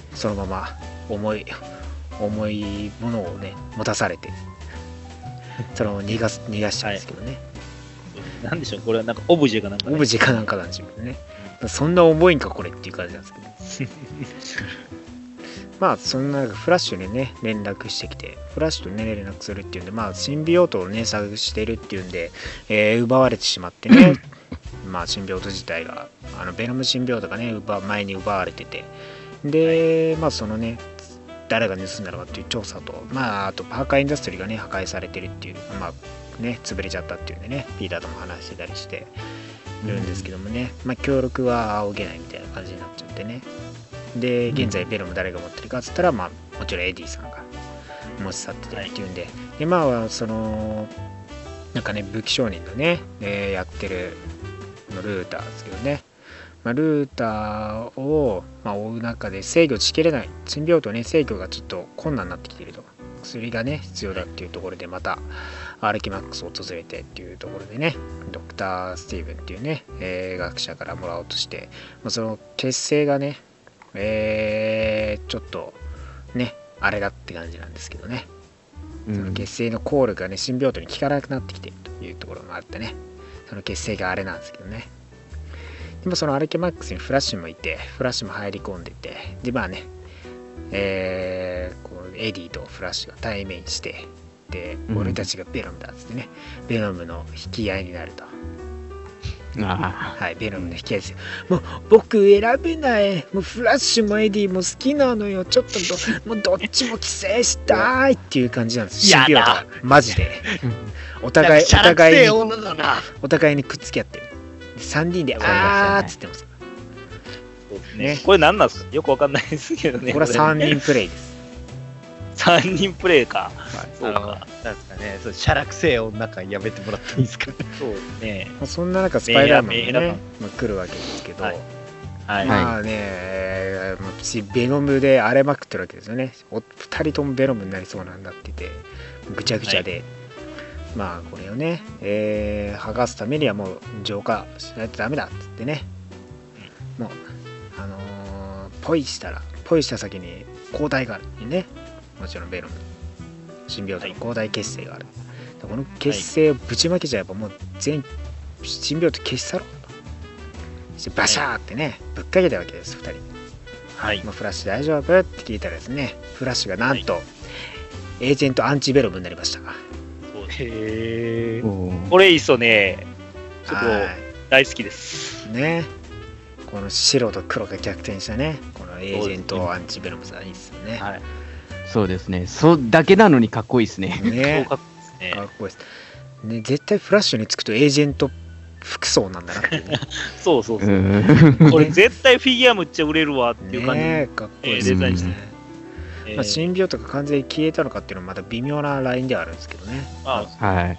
そのまま重いものをね持たされてその逃がしちゃうんですけどね、 なんでしょう、これはなんかオブジェかなんか、ね、 オブジェかなんかなんでしょうけどね、そんな重いんかこれっていう感じなんですけどまあそんなフラッシュにね連絡してきて、フラッシュとね連絡するっていうんで、まあシンビオートをね探してるっていうんで、奪われてしまってねまあシンビオート自体がベノムシンビオートがね前に奪われてて、でまあそのね誰が盗んだのかっていう調査と、まああとパーカーインダストリーがね破壊されてるっていう、まあね潰れちゃったっていうんでねピーターとも話してたりしてるんですけどもね、まあ協力は仰げないみたいな感じになっちゃってね。で現在ベノム誰が持ってるかっつったら、まあもちろんエディさんが持ち去っててっていうんで、でまあそのなんかね武器商人のね、やってるルーターですけどね、まあ、ルーターを、まあ、追う中で制御しきれない、シンビオートね制御がちょっと困難になってきていると、薬がね必要だっていうところでまたアルキマックスを訪れてっていうところでね、ドクター・スティーブンっていうね、学者からもらおうとして、まあ、その結成がねちょっとねあれだって感じなんですけどね、その結成の効力がねシンビオートに効かなくなってきているというところもあってね、その結成があれなんですけどね。でもそのアルケマックスにフラッシュもいて、フラッシュも入り込んでて、でまあねこうエディとフラッシュが対面して、で俺たちがベノムだっつってね、ベノムの引き合いになると。はい、ベノムの引き合いですよ。もう僕選べない、もうフラッシュもエディも好きなのよ、ちょっともうどっちも寄生したいっていう感じなんです。シンビオートはマジでお互いにくっつき合ってる。3人であーっつってますね。これ何なんですか、よくわかんないですけどね。 これは3人プレイです。 3人プレイか。 そうか。なんですかね、そうシャラくせえ女感やめてもらっていいですかね。 そうですね。 まあ、そんな中スパイダーマンがね、来るわけですけど、はいまあね、ベノムで荒れまくってるわけですよね。2人ともベノムになりそうなんだって言って、ぐちゃぐちゃで。まあこれをね、剥がすためにはもう浄化しないとダメだっつってね、もうポイした先に抗体があるにね、もちろんベノムシンビオートの抗体結成がある、この結成をぶちまけちゃえばもう全シンビオート消し去ろうとしてバシャーってねぶっかけたわけです2人。はい、もうフラッシュ大丈夫って聞いたらですね、フラッシュがなんと、エージェントアンチベノムになりました。 へー、これいいっすよね。ちょっと大好きですね。この白と黒が逆転したね、このエージェントアンチベノムさんいいっすよね。 そうですね。そうだけなのにかっこいいですね。 ね、かっこいいですね。絶対フラッシュにつくとエージェント服装なんだなっていうね。 そうこれ絶対フィギュアむっちゃ売れるわっていう感じね、かっこいいですね。まあ、シンビオートが完全に消えたのかっていうのはまた微妙なラインではあるんですけどね。 はい。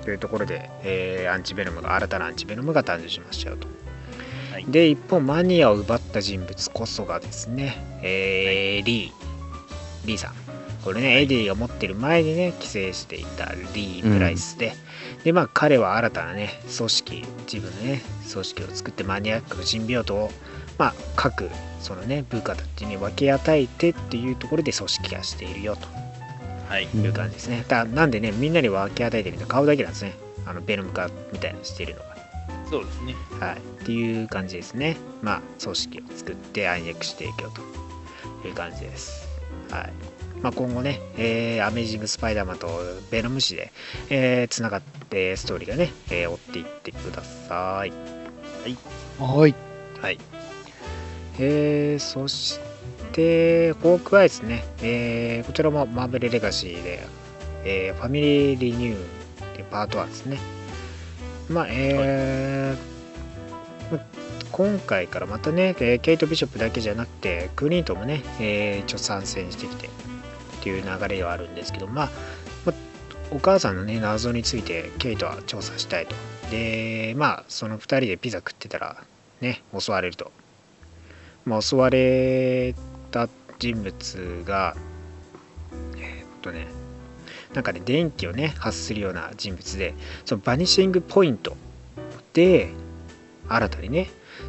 というところで、新たなアンチベノムが誕生しましたよと。で、一方マニアを奪った人物こそがですね、リーさん。これね、エディが持ってる前にね、寄生していたリー・プライスで、で、まあ彼は新たなね、自分のね、組織を作ってマニアックのシンビオートを、まあ各そのね部下たちに分け与えてっていうところで組織化しているよという感じですね。なんでねみんなに分け与えてるの顔だけなんですね。ベノム化みたいなのしているのが。 そうですね。 はい。っていう感じですね。まあ組織を作って暗躍していくよという感じです。はい。まあ今後ね、アメージングスパイダーマンとベノム誌で、つながってストーリーがね、追っていってください。 はい。 はい。そしてホークアイですね、こちらもマーベルレガシーで、ファミリーリニューでパート1ですね。まあ、今回からまたね、ケイト・ビショップだけじゃなくてクリントもね、ちょっと参戦してきてっていう流れではあるんですけど、まあお母さんのね謎についてケイトは調査したいと。でまあその2人でピザ食ってたらね襲われると。襲われた人物がなんかね電気をね発するような人物で、そのバニシングポイントで新たにね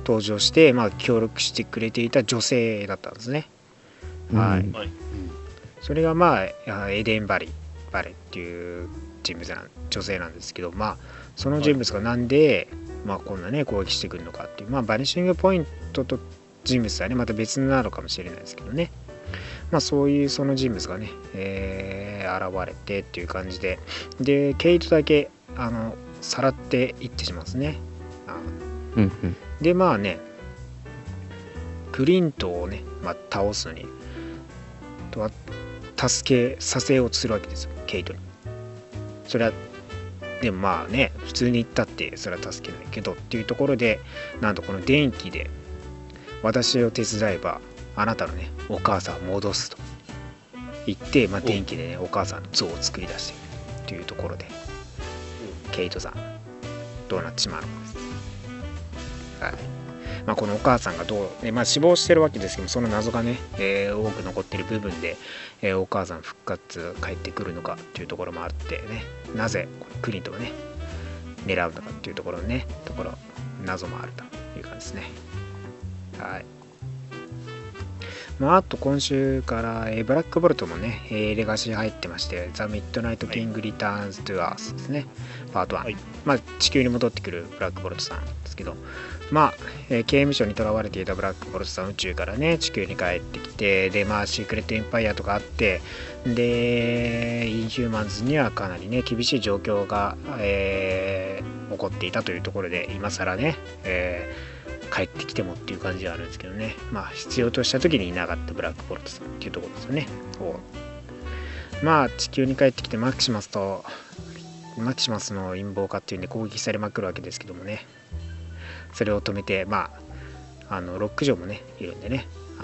登場して、まあ、協力してくれていた女性だったんですね。はい。 はい。 それがまあエデン・バレっていう女性なんですけど、まあその人物がなんで、まあこんなね攻撃してくるのかっていう、まあバニッシングポイントと人物はねまた別なのかもしれないですけどね。まあそういうその人物がね、現れてっていう感じで、でケイトだけさらっていってしまうんですね。でまあねクリントをね、まあ、倒すのにとは助けさせようとするわけですよ、ケイトに。それはでもまあね普通に言ったってそれは助けないけどっていうところで、なんとこの電気で私を手伝えばあなたのねお母さんを戻すと言って、まあ、電気でねお母さんの像を作り出しているというところで、ケイトさんどうなってしまうのかです。はい。まあ、このお母さんがまあ、死亡してるわけですけども、その謎がね、多く残ってる部分で、お母さん復活帰ってくるのかっていうところもあってね、なぜクリントをね狙うのかっていうところのね謎もあるという感じですね。はい。まあ、あと今週から、ブラックボルトもね、レガシー入ってまして、ザ・ミッドナイト・キング・リターンズ・トゥ・アースですね、パート1。はい、まあ、地球に戻ってくるブラックボルトさんですけど、まあ、刑務所に囚われていたブラックボルトさん、宇宙からね、地球に帰ってきて、で、まあ、シークレット・エンパイアとかあって、で、インヒューマンズにはかなりね、厳しい状況が、起こっていたというところで、今更ね、帰ってきてもっていう感じはあるんですけどね、まあ必要とした時にいなかったブラックボルトさんっていうところですよね。まあ地球に帰ってきてマキシマスの陰謀家っていうんで攻撃されまくるわけですけどもね、それを止めて、まあロック城もねいるんでね、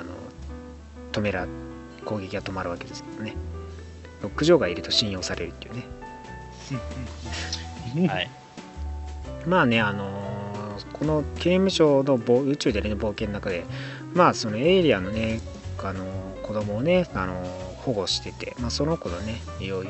攻撃が止まるわけですけどね、ロック城がいると信用されるっていうね。はい。まあねこの刑務所の宇宙での冒険の中で、まあそのエイリアンのね子供をね保護してて、まあ、その子のねいろい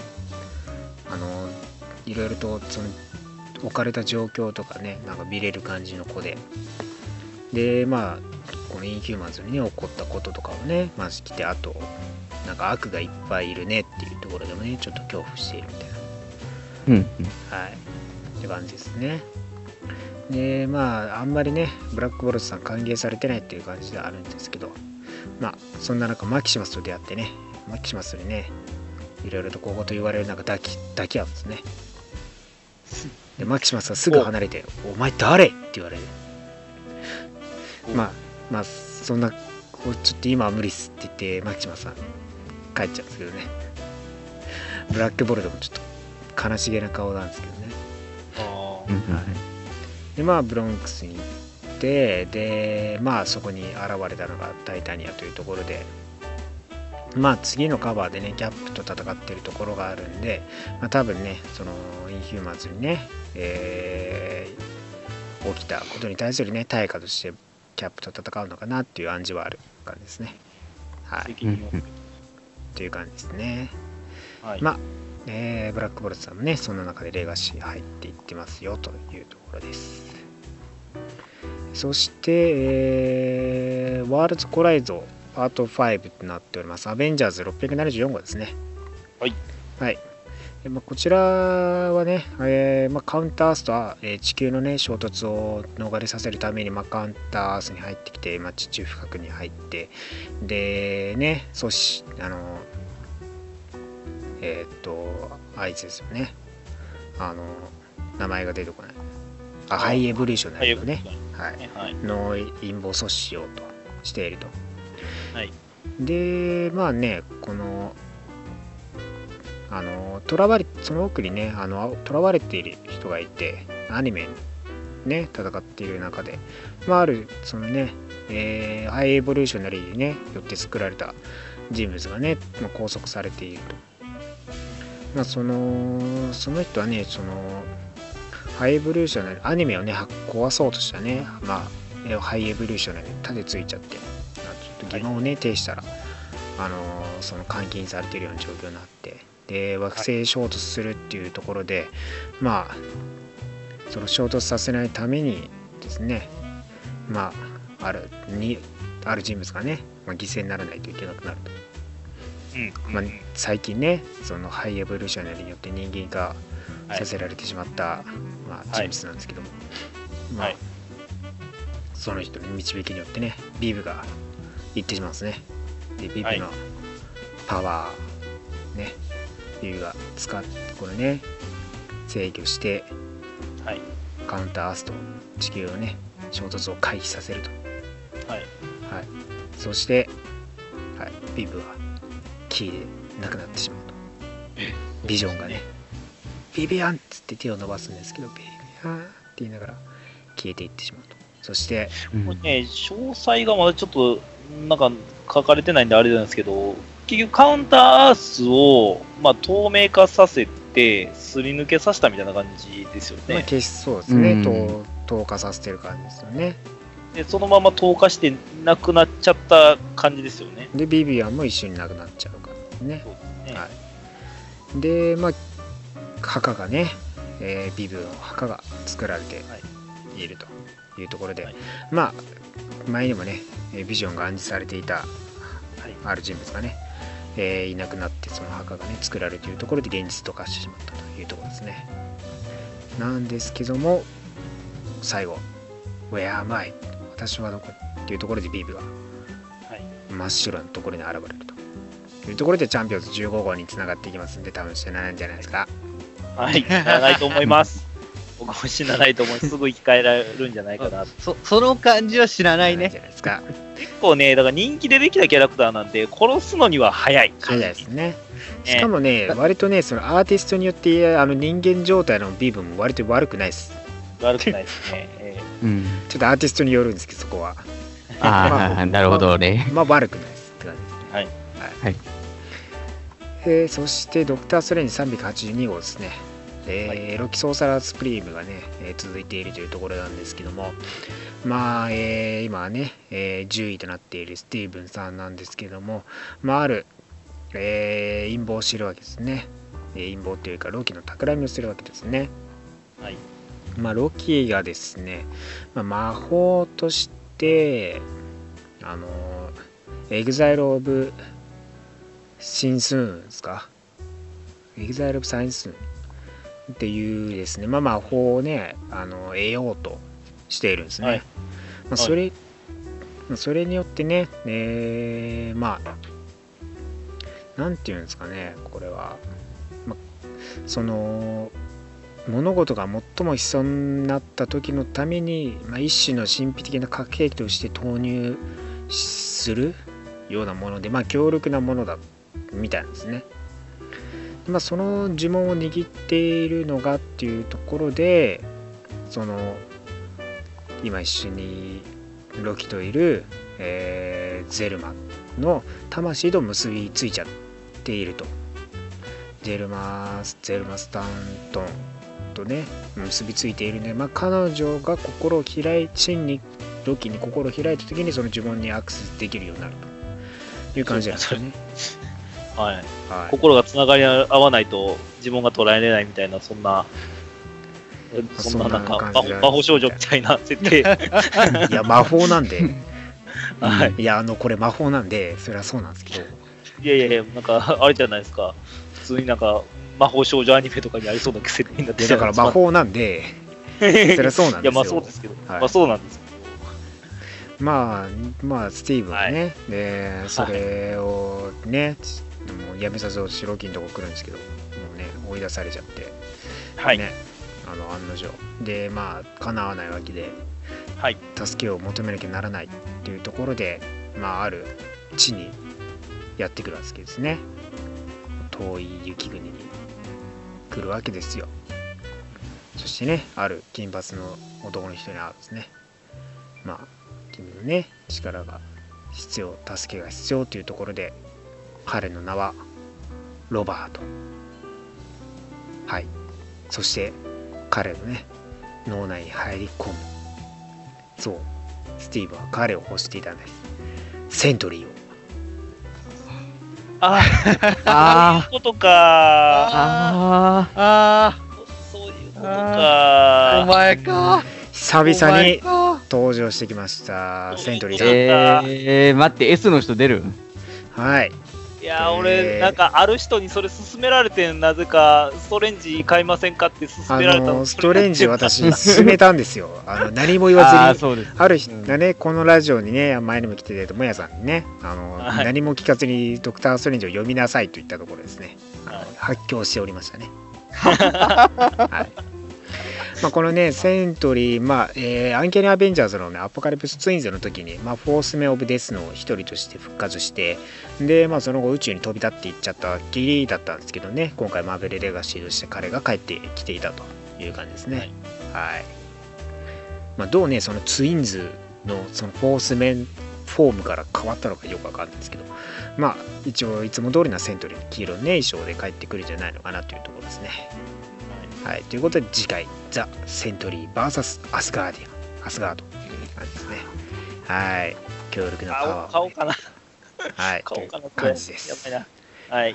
ろとその置かれた状況とかねなんか見れる感じの子で、まあこのインヒューマンズにね起こったこととかをねまず来て、あとなんか悪がいっぱいいるねっていうところでもねちょっと恐怖しているみたいな、はいって感じですね。でまああんまりねブラックボルトさん歓迎されてないっていう感じであるんですけど、まあそんな中マキシマスと出会ってね、マキシマスにねいろいろと小言言われる中抱き合うんですね。でマキシマスはすぐ離れて「お前誰?」って言われる。まあそんなちょっと今は無理っすって言ってマキシマスさん帰っちゃうんですけどね、ブラックボルトもちょっと悲しげな顔なんですけどね。でまあブロンクスに行って、でまあそこに現れたのがタイタニアというところで、まあ次のカバーでねキャップと戦っているところがあるんで、まあ、多分ねそのインヒューマンズにね、起きたことに対するね対価としてキャップと戦うのかなっていう暗示はある感じですね。はい。という感じですね。はい、まあブラックボルトさんもねその中でレガシー入っていってますよというところです。そして、ワールドコライゾパート5となっておりますアベンジャーズ674号ですね。 はい、 はい。こちらはね、カウンターアースとは、地球のね衝突を逃れさせるために、カウンターアースに入ってきて、地中深くに入ってでねあいつですよね、名前が出てこない、ハイエボリューショナリーのね、の陰謀阻止しようとしていると。はい、でまあねこのその奥にね囚われている人がいて、アニメね戦っている中で、あるそのね、ハイエボリューショナリーにねよって作られた人物がね、拘束されていると。その人はねハイエボリューショナリーアニメをね壊そうとしたね、ハイエボリューショナリーに盾ついちゃって、ちょっと疑問をね呈したらその監禁されているような状況になって、で惑星衝突するっていうところで、その衝突させないためにですね、 まあある人物がね、まあ、犠牲にならないといけなくなると。まあ、最近ね、そのハイエボリューショナリによって人間化させられてしまった、まあ、人物なんですけども、まあ、その人の導きによってね、ビブが行ってしまうんですね。で、ビブのパワー、ね、ビブがこれね、制御して、カウンターアースと地球のね、衝突を回避させると。そして、ビブはキーでなくなってしまうと。ビジョンがね、ビビアンっつって手を伸ばすんですけど、ビビアンって言いながら消えていってしまうと。そして、 これね、詳細がまだちょっとなんか書かれてないんであれなんですけど、結局カウンターアースを、まあ、透明化させてすり抜けさせたみたいな感じですよね。 まあ、そうですね、透過させてる感じですよね。 でそのまま透過してなくなっちゃった感じですよね。 でビビアンも一緒になくなっちゃうからですね。 そうですね。 はい、でまあ墓がね、ビブの墓が作られているというところで、まあ前にもねビジョンが暗示されていたある人物がね、いなくなってその墓がね作られるというところで現実と化してしまったというところですね。なんですけども最後 Where am I? 私はどこっていうところでビブが真っ白なところに現れるというところでチャンピオンズ15号につながっていきますんで、多分死なないんじゃないですか。 はい、死なないと思います。僕も死なないと思います。すぐ生き返られるんじゃないかな。 その感じは知らないね。 じゃないですか。 結構ね、だから人気でできたキャラクターなんで、殺すのには早い。 早いですね。しかもね、割とね、そのアーティストによって人間状態のビブも割と悪くないです。 悪くないですね。 ちょっとアーティストによるんですけど、そこは。 なるほどね。 まあ悪くないですって感じですね。そしてドクター・ストレンジ382号ですね。ロキソーサラー・スプリームがね、続いているというところなんですけども、まあ、今はね、10位となっているスティーブンさんなんですけども、まあ、ある、陰謀を知るわけですね。陰謀というか、ロキの企みをするわけですね。まあ、ロキがですね、まあ、魔法として、エグザイル・オブ・シンスーンですか。エグザイル・オブ・サインスーン。っていうですね、まあ魔法をね得ようとしているんですね。まあ、それによってね、まあなんていうんですかね、これは、まあ、その物事が最も必要になった時のために、まあ、一種の神秘的な核兵器として投入するようなもので、まあ強力なものだみたいなんですね。まあ、その呪文を握っているのがっていうところで、その今一緒にロキといる、ゼルマの魂と結びついちゃっていると。ゼルマスタントンとね結びついているので、まあ、彼女が心を真にロキに心を開いた時にその呪文にアクセスできるようになるという感じなんですよね。 心がつながり合わないと自分が捉えれないみたいな、そんななんか魔法少女みたいな設定。 いや魔法なんで、いやこれ魔法なんでそれはそうなんですけど、 いやなんかあれじゃないですか、普通になんか魔法少女アニメとかにありそうな設定になってる。 だから魔法なんでそれはそうなんですよ。 いやまあそうですけど、まあそうなんですけど、 まあスティーブはね、でそれをねもうやめさせようとしてロキのとこ来るんですけど、もうね追い出されちゃって、ね案の定でまあ叶わないわけで、助けを求めなきゃならないっていうところで、まあある地にやってくるわけですね。遠い雪国に来るわけですよ。そしてね、ある金髪の男の人に会うんですね。まあ君のね力が必要、助けが必要というところで、彼の名はロバート。そして彼のね脳内に入り込む。そう、スティーブは彼を欲していたんです。セントリーを。 そういうことか。そういうことか。 お前か。 久々に登場してきましたセントリーさん。 待って、S の人出る？ はい。 いや俺、なんかある人にそれ勧められて、なぜかストレンジ買いませんかって勧められたの。 ストレンジ私勧めたんですよ。何も言わずに。ある人がね、このラジオにね、前にも来てて、もやさんにね、はい、何も聞かずにドクターストレンジを読みなさいといったところですね。発狂しておりましたね。はい。まあ、このね、セントリー、アンケニアベンジャーズのね、アポカリプスツインズの時に、フォースメオブデスの一人として復活して、で、その後宇宙に飛び立っていっちゃったきりだったんですけどね、今回マーベルレガシーとして彼が帰ってきていたという感じですね。はい。どうね、そのツインズのそのフォースメンフォームから変わったのかよくわかんないんですけど、一応いつも通りなセントリーの黄色の、ね、衣装で帰ってくるんじゃないのかなというところですね。はい、ということで次回ザ・セントリー VS アスガードという感じですね。はい、強力なパワー、 買おうかな。 はい、という感じです。はい、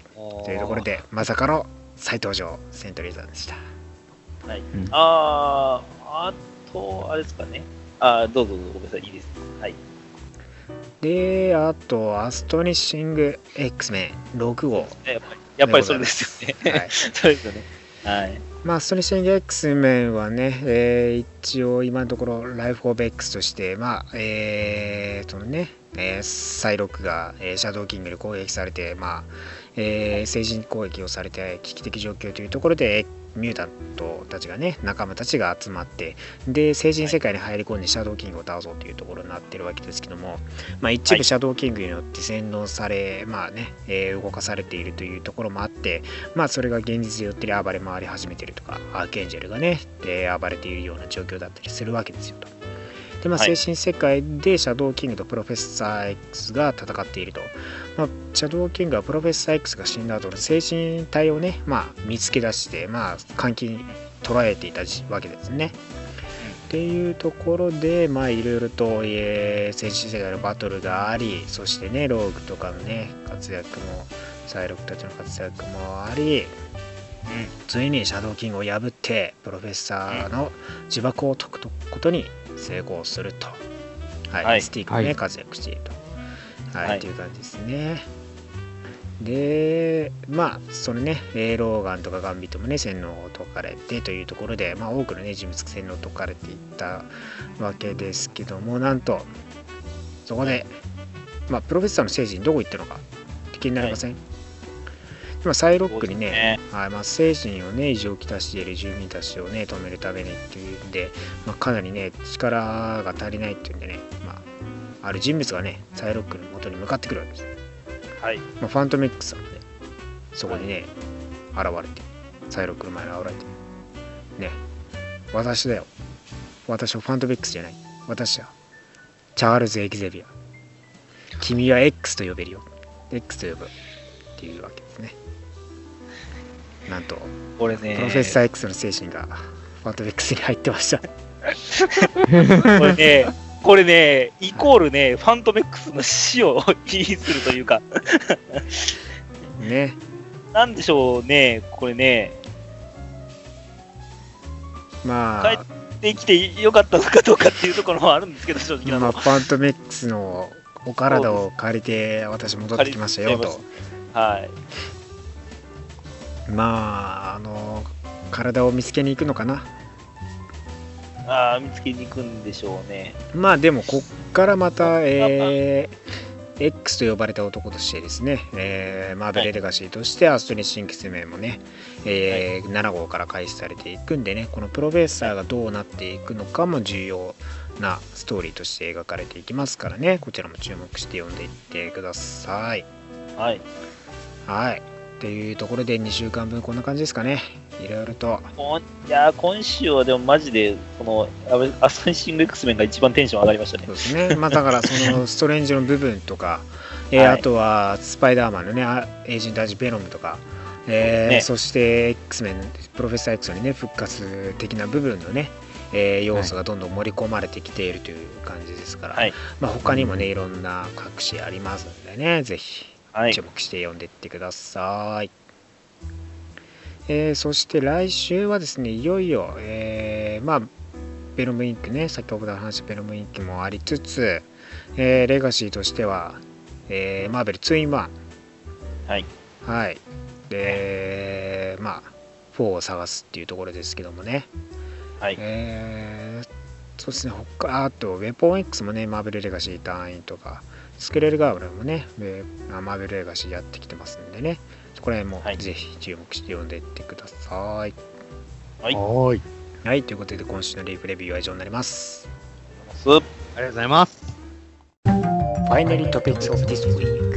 というところでまさかの再登場セントリーさんでした。 はい、あとあれですかね。どうぞごめんなさい、いいです。はい。 で、あとアストニッシング X メン6号。 やっぱりそれですよね。はい、そうですよね。はい。 アストニッシング X メンはね、一応今のところライフ・オブ X として、そのね、サイロックが、シャドウキングで攻撃されて、精神攻撃をされて危機的状況というところで、ミュータントたちがね、仲間たちが集まって、で、精神世界に入り込んでシャドウキングを倒そうというところになってるわけですけども、一部シャドウキングによって洗脳され、動かされているというところもあって、それが現実によって暴れ回り始めているとか、アーケンジェルがね、暴れているような状況だったりするわけですよと。で、精神世界でシャドウキングとプロフェッサー X が戦っていると。シャドウキングはプロフェッサー X が死んだ後の精神体をね、見つけ出して、監禁に捉えていたわけですね。っていうところで、いろいろと、精神世界のバトルがあり、そしてね、ローグとかのね、活躍も、サイロックたちの活躍もあり、ついにシャドウキングを破ってプロフェッサーの呪縛を解くことに成功すると。はい、スティークもね、活躍していると。はい、という感じですね。で、そのね、ローガンとかガンビットもね、洗脳を解かれてというところで、多くのね、人物洗脳を解かれていったわけですけども、なんと、そこで、プロフェッサーの精神どこ行ったのかって気になりません？今サイロックにね、精神をね、異常をきたしている住民たちをね、止めるためにっていうんで、かなりね、力が足りないっていうんでね、ある人物がね、サイロックの元に向かってくるわけです。はい。ファントメックスさんね、そこにね、現れて、サイロックの前に現れて、ね、私だよ。私はファントメックスじゃない。私は、チャールズ・エキゼビア。君は X と呼べるよ。X と呼ぶ。っていうわけですね。なんと、 これね、 プロフェッサー X の精神がファントメックスに入ってました。 これね、イコールね、ファントメックスの死を意味するというかね。 なんでしょうね、これね。帰ってきてよかったのかどうかっていうところもあるんですけど、正直なの。 ファントメックスのお体を借りて私戻ってきましたよと。 はい。 体を見つけに行くのかな。 見つけに行くんでしょうね。 でもこっからまた、X と呼ばれた男としてですね、マーベルレガシーとしてアストニッシング X メンもね、7号から開始されていくんでね、このプロフェッサーがどうなっていくのかも重要なストーリーとして描かれていきますからね、こちらも注目して読んでいってください。 はい。 はい。っていうところで2週間分こんな感じですかね。いろいろと。 いや、今週はでもマジで、このアストニッシング X メンが一番テンション上がりましたね。 そうですね。だからそのストレンジの部分とか、あとはスパイダーマンのね、エージェント・アジ・ベノムとか、そして X メン、プロフェッサー X のね、復活的な部分のね、要素がどんどん盛り込まれてきているという感じですから、他にもね、いろんな隠しありますのでね、ぜひ注目して読んでいってください。そして来週はですね、いよいよ、 ベノムインクね、先ほど話したベノムインクもありつつ、レガシーとしては、マーベル2 in 1。 はい。 はい。で、まあ、4を探すっていうところですけどもね。 はい。 そうですね、あと、ウェポン X もね、マーベルレガシー隊員とか、スクレルガーブルもね、マーベルレガシーやってきてますんでね、そこら辺もぜひ注目して読んでいってください。 はい。 はい、ということで、今週のリーフレビューは以上になります。 ありがとうございます。 Finally Topics of this week。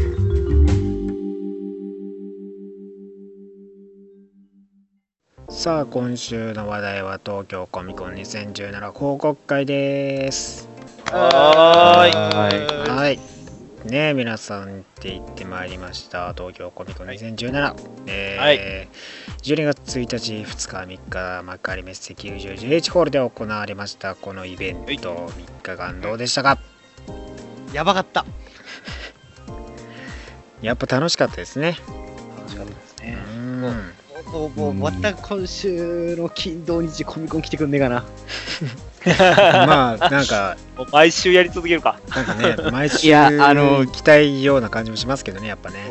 さあ、今週の話題は東京コミコン2017報告会です。はい。ね、皆さんって行ってまいりました。東京コミコン2017。はい、12月1日、2日、3日、幕張メッセ9011ホールで行われました。このイベント、3日間どうでしたか？ やばかった。 やっぱ楽しかったですね。 楽しかったですね。 もうまた今週の金土日コミコン来てくんねえかな。 まあなんか毎週やり続けるか。 なんかね、毎週行きたいような感じもしますけどね、やっぱね。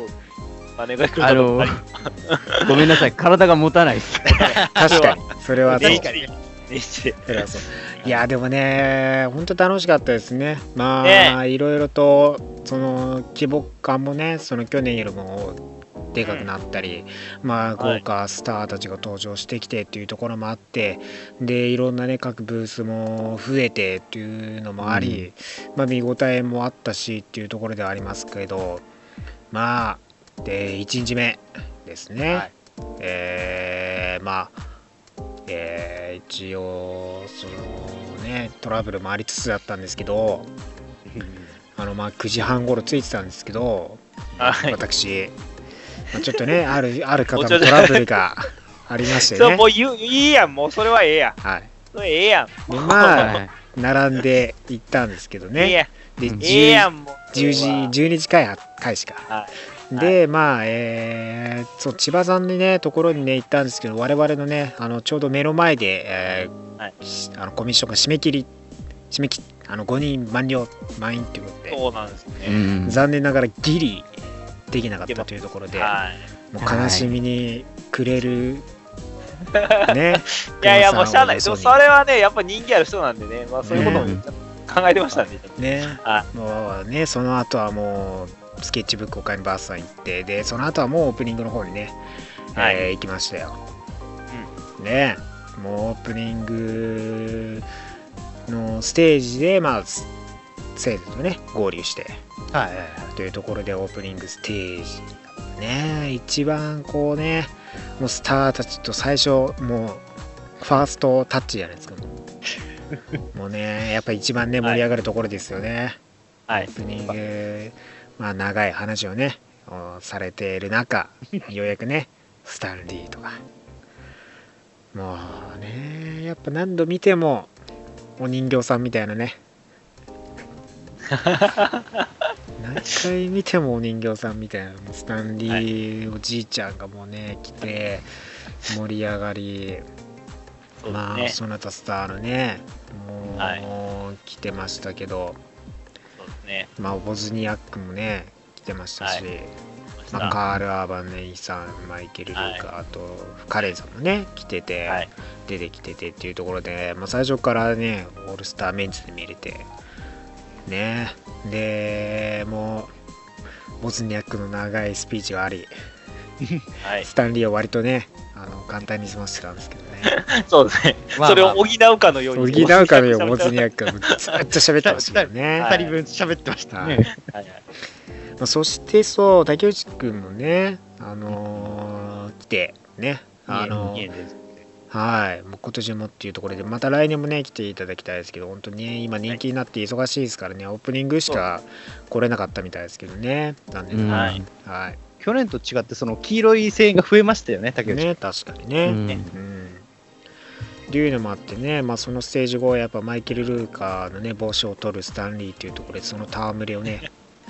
ごめんなさい、体が持たないです。 確かに、それは確かに。 いやでもね、本当楽しかったですね。まあいろいろとその規模感もね、その去年よりもでかくなったり、まあ豪華スターたちが登場してきてっていうところもあって、でいろんなね各ブースも増えてっていうのもあり、まあ見応えもあったしっていうところではありますけど、まあで1日目ですね。まあ一応そのねトラブルもありつつだったんですけど、まあ9時半頃着いてたんですけど、私ちょっとねある方のトラブルがありましてね。 もういいやん、もうそれはええやん。 はい。 それええやん。 でまあ並んで行ったんですけどね。で12時開始か。でまあそう千葉さんのねところにね行ったんですけど、我々のねちょうど目の前でコミッションが締め切り5人満員っていうことで、 そうなんですね。 残念ながらギリできなかったというところで、もう悲しみに暮れるね。 いやいやもうしゃあない。でもそれはねやっぱ人気ある人なんでね、まあそういうことも考えてましたんでね。もうねその後はもうスケッチブックを買いにバースさん行って、でその後はもうオープニングの方にね、行きましたよ。ね、もうオープニングのステージでまあ生徒とね合流して、というところでオープニングステージね、一番こうねもうスターたちと最初もうファーストタッチじゃないですか。もうねやっぱ一番ね盛り上がるところですよね。オープニングまあ長い話をねされている中、ようやくねスタンリーとか、もうねやっぱ何度見てもお人形さんみたいなね何回見てもお人形さんみたいなスタンリーおじいちゃんがもうね来て盛り上がり、まあその他スターのねもう来てましたけど、まあボズニアックもね来てましたし、まあ、カール・アーバンネイさん、マイケル・ルーカー、あとカレンさんもね来てて、出てきててっていうところで、まあ、最初からねオールスターメンツで見れてね、でもうボズニアックの長いスピーチがあり、スタンリーは割とね簡単に済ませてたんですけどね。 そうですね。それを補うかのように。 補うかのようにボズニアックがずっと喋ってましたよね。 2人分喋ってましたね。 そしてそう竹内くんもね来てねはい、もう今年もっていうところでまた来年もね来ていただきたいですけど、本当にね今人気になって忙しいですからね、オープニングしか来れなかったみたいですけどね、残念ながら。はい。 去年と違ってその黄色い声援が増えましたよね、竹内ね、確かにね。っていうのもあってね、まあ、そのステージ後やっぱマイケル・ルーカーのね帽子を取るスタンリーっていうところでその戯れをね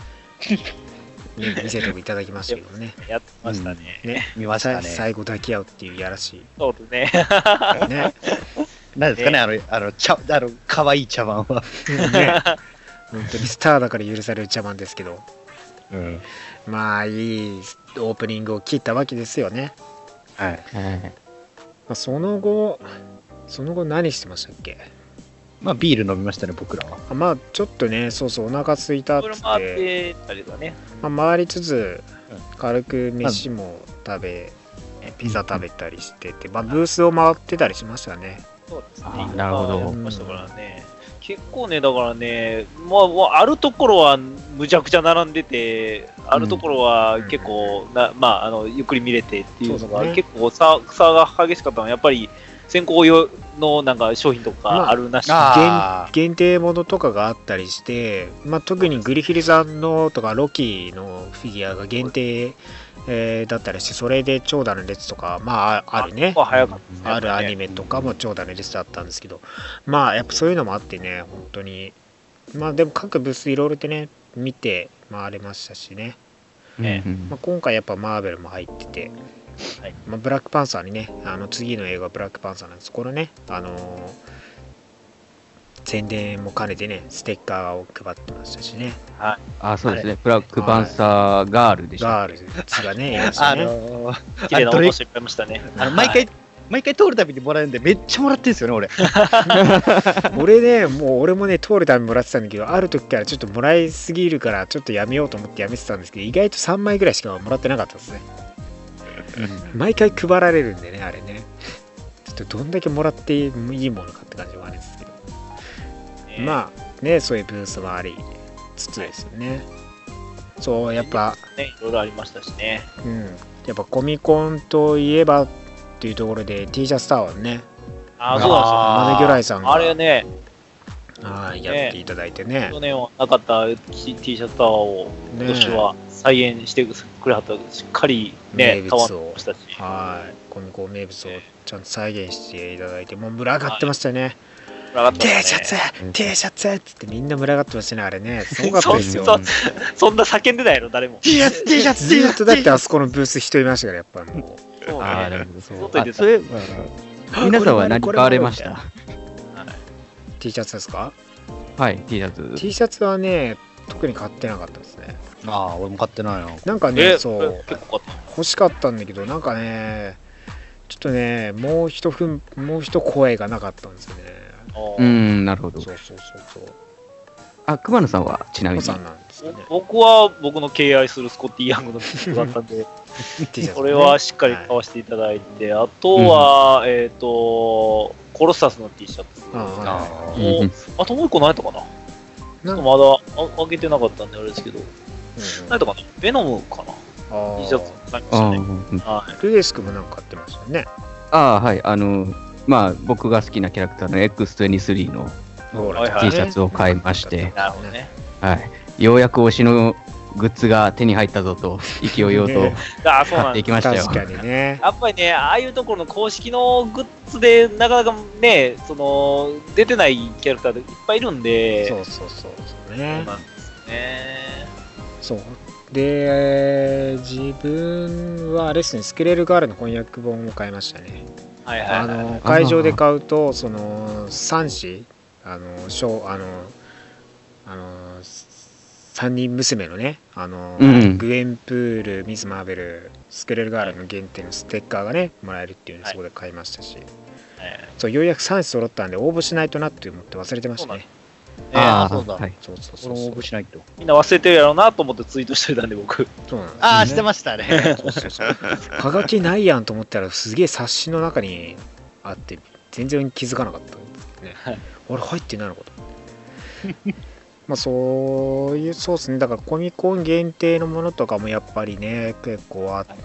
見せていただきましたけどね。 やってましたね。 見ましたね。最後抱き合うっていうやらしい。 そうですね。 なんですかね、可愛い茶碗は。 ね、本当にスターだから許される茶碗ですけど、 うん。 まあいいオープニングを切ったわけですよね。 はい。 はいまあ、その後何してましたっけ？ まあ、ビール飲みましたね、僕らは。 まあちょっとね、そうそう、お腹空いたっつっこれ回て、 ってたりとかね。 まあ、回りつつ軽く飯も食べ、ピザ食べたりしてて、まあ、ブースを回ってたりしましたね。 そうですね。 あーなるほどやってましたからね。結構ね、だからね、もうあるところはむちゃくちゃ並んでて、あるところは結構ゆっくり見れてっていうのが、 そうですね結構差が激しかったのは、やっぱり先行用のなんか商品とかあるなし、 限定ものとかがあったりして、まあ、特にグリフィルさんのとかロキのフィギュアが限定、だったりして、それで長蛇の列とか、まああるね、 早かったですねあるアニメとかも長蛇の列だったんですけど、まあやっぱそういうのもあってね、本当に、まあでも各ブースいろいろとね、見て回れましたしね、 ねまあ、今回やっぱマーベルも入ってて、 はいまあ、ブラックパンサーにね、次の映画はブラックパンサーなんです。これね、宣伝も兼ねてね、ステッカーを配ってましたしね。 あ、そうですね。ブラックパンサーガールでしたガっけ。 ールズがね、いましたね。 綺麗な女の人いっぱいいましたね。 毎回通るたびにもらえるんで、めっちゃもらってるんですよね、俺。 俺もね、通るたびにもらってたんだけど、ある時からちょっともらいすぎるから、ちょっとやめようと思ってやめてたんですけど、意外と3枚ぐらいしかもらってなかったですね。毎回配られるんでね、あれね。ちょっとどんだけもらっていいものかって感じはあれですけど。まあね、そういうブースもありつつですよね。そう、やっぱ、 ね、いろいろありましたしね。 やっぱコミコンといえばっていうところで T シャツタワーね、 あ、そうなんですよ。 マネギョライさんがあれね、 やっていただいてね。 去年はなかった T シャツタワーを今年は再現してくれはった、しっかりね、変わってましたし。 コミコン名物をちゃんと再現していただいて、もう群がってましたよね。 T シャツ T シャツってみんな群がってましたね、あれね。すごかったですよ。 そんな叫んでないの、誰も。 T シャツ T シャツずっとだってあそこのブース人いましたから、やっぱもう。 そうああ、なね。 るほど。 外に出たそれ、皆さんは何買われました？ T シャツですか？ はい、T シャツ。 T シャツはね、特に買ってなかったですね。 ああ、俺も買ってないよ。 なんかね、そう、 結構買った。 欲しかったんだけど、なんかね、ちょっとね、もう一声がなかったんですよね。 なるほど。 そう。 あ、熊野さんはちなみに。 さんなんですよね。 僕は僕の敬愛するスコッティ・ヤングの曲だったんで、これはしっかり買わせていただいて、あとは、コロッサスの T シャツ。あともう一個何やったかな？ちょっとまだ開けてなかったんであれですけど、何やったかな？ベノムかな？ T シャツ買いましたね。 ルデスクもなんか買ってましたよね。 はい。まあ、僕が好きなキャラクターの X23 の T シャツを買いまして、 なるほどね。 はい。ようやく推しのグッズが手に入ったぞと、勢いよと買っていきましたよ。 確かにね。 やっぱりね、ああいうところの公式のグッズで、なかなかね、出てないキャラクターでいっぱいいるんで、 そうね。 そうなんですね。 そう。で、自分はあれですね、スケレルガールの翻訳本を買いましたね。会場で買うと、3子、3人娘のね、グエンプール、ミス・マーベル、スケレルガールの限定のステッカーがね、もらえるっていうのをそこで買いましたし、そう、ようやく3子揃ったんで、応募しないとなって思って忘れてましたね。 そうだ。 そう。 応募しないと。 みんな忘れてるやろうなと思ってツイートしてたんで、僕。 そうなんですね。 ああ、してましたね。 そう。はがきないやんと思ったら、すげえ冊子の中にあって、全然気づかなかったんですね。あれ、入ってないのかと。まあそうですね。だからコミコン限定のものとかもやっぱりね、結構あって、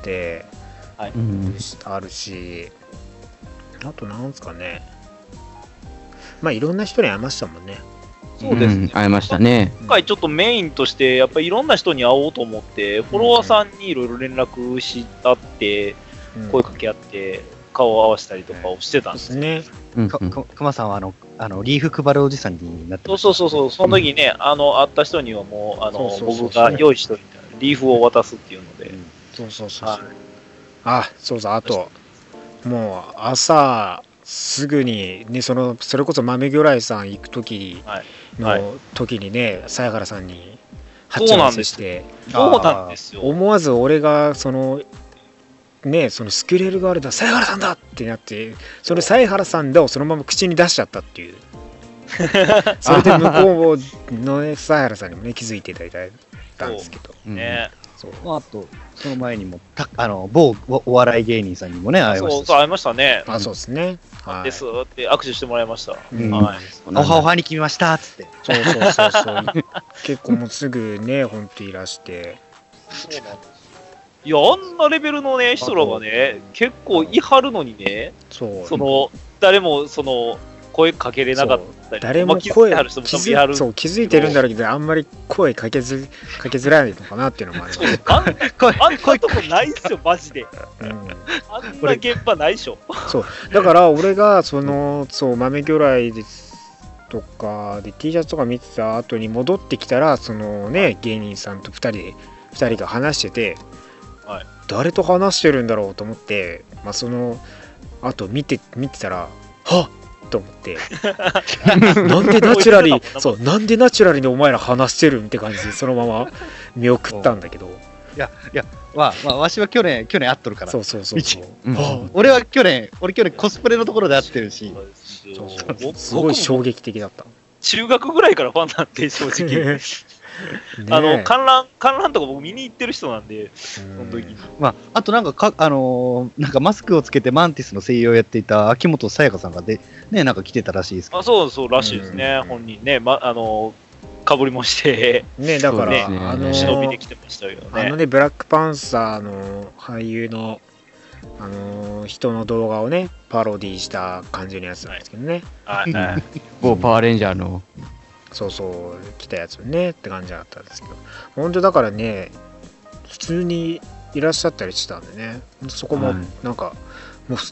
あるし、あとなんですかね。まあいろんな人に会いましたもんね。 そうですね。 会いましたね。 今回ちょっとメインとして、やっぱりいろんな人に会おうと思って、フォロワーさんにいろいろ連絡したって、声かけ合って、顔を合わせたりとかをしてたんですね。 熊さんはリーフ配るおじさんになってました。 そう。その時にね、会った人にはもう、僕が用意しといたリーフを渡すっていうので。 そう。あと、もう朝すぐにねそれこそ豆魚来さん行く時の時にね犀原さんに鉢合わせしてそうなんですよ。 思わず俺がそのスクレルガールだ犀原さんだってなってその犀原さんだをそのまま口に出しちゃったっていうそれで向こうのね犀原さんにもね気づいていただいたんですけどね。 まあ、あとその前にも某お笑い芸人さんにもね会いましたし。 そう会いましたね。 そうですね。 ですって握手してもらいました。 おはおはに決めましたっつって。 そう結構もうすぐねほんといらして。 そうなんです。いやあんなレベルのね人らがね結構いはるのにね、誰も声かけれなかったり、 誰も気づいてるんだろうけどあんまり声かけづらいのかなっていうのもある。 あんなとこないっすよマジで。あんな現場ないでしょ。 そうだから俺が豆魚来ですとかで T シャツとか見てた後に戻ってきたらそのね芸人さんと2人が話してて、誰と話してるんだろうと思って、その後見てたらはっと思ってなんでナチュラリーにお前ら話してるんって感じでそのまま見送ったんだけど、 いやわしは去年会っとるから。そう俺去年コスプレのところで会ってるし、 すごい衝撃的だった。 中学ぐらいからファンなんで正直観覧とか僕見に行ってる人なんで、その時に。 あとなんかマスクをつけてマンティスの声優をやっていた秋元さやかさんがなんか来てたらしいですけど。 そうらしいですね、本人ね。かぶりもしてね、だから忍びで来てましたよね。 ブラックパンサーの俳優の人の動画をねパロディした感じのやつなんですけどね。 某パワーレンジャーの来たやつねって感じだったんですけど、本当だからね普通にいらっしゃったりしたんでね、そこもなんかもう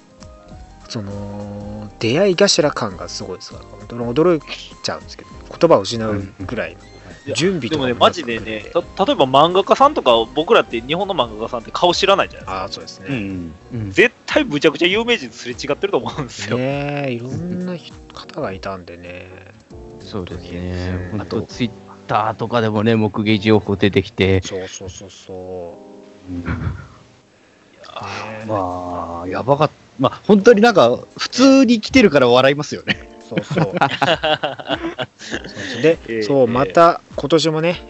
出会い頭感がすごいですから本当に驚いちゃうんですけど、言葉を失うぐらいの準備とかでもねマジでね、例えば漫画家さんとか僕らって日本の漫画家さんって顔知らないじゃないですか。 そうですね。 絶対むちゃくちゃ有名人とすれ違ってると思うんですよ。 いろんな方がいたんでね。 そうですね。あとツイッターとかでもね目撃情報出てきて。 やばかった。本当になんか普通に来てるから笑いますよね。 で、また今年もね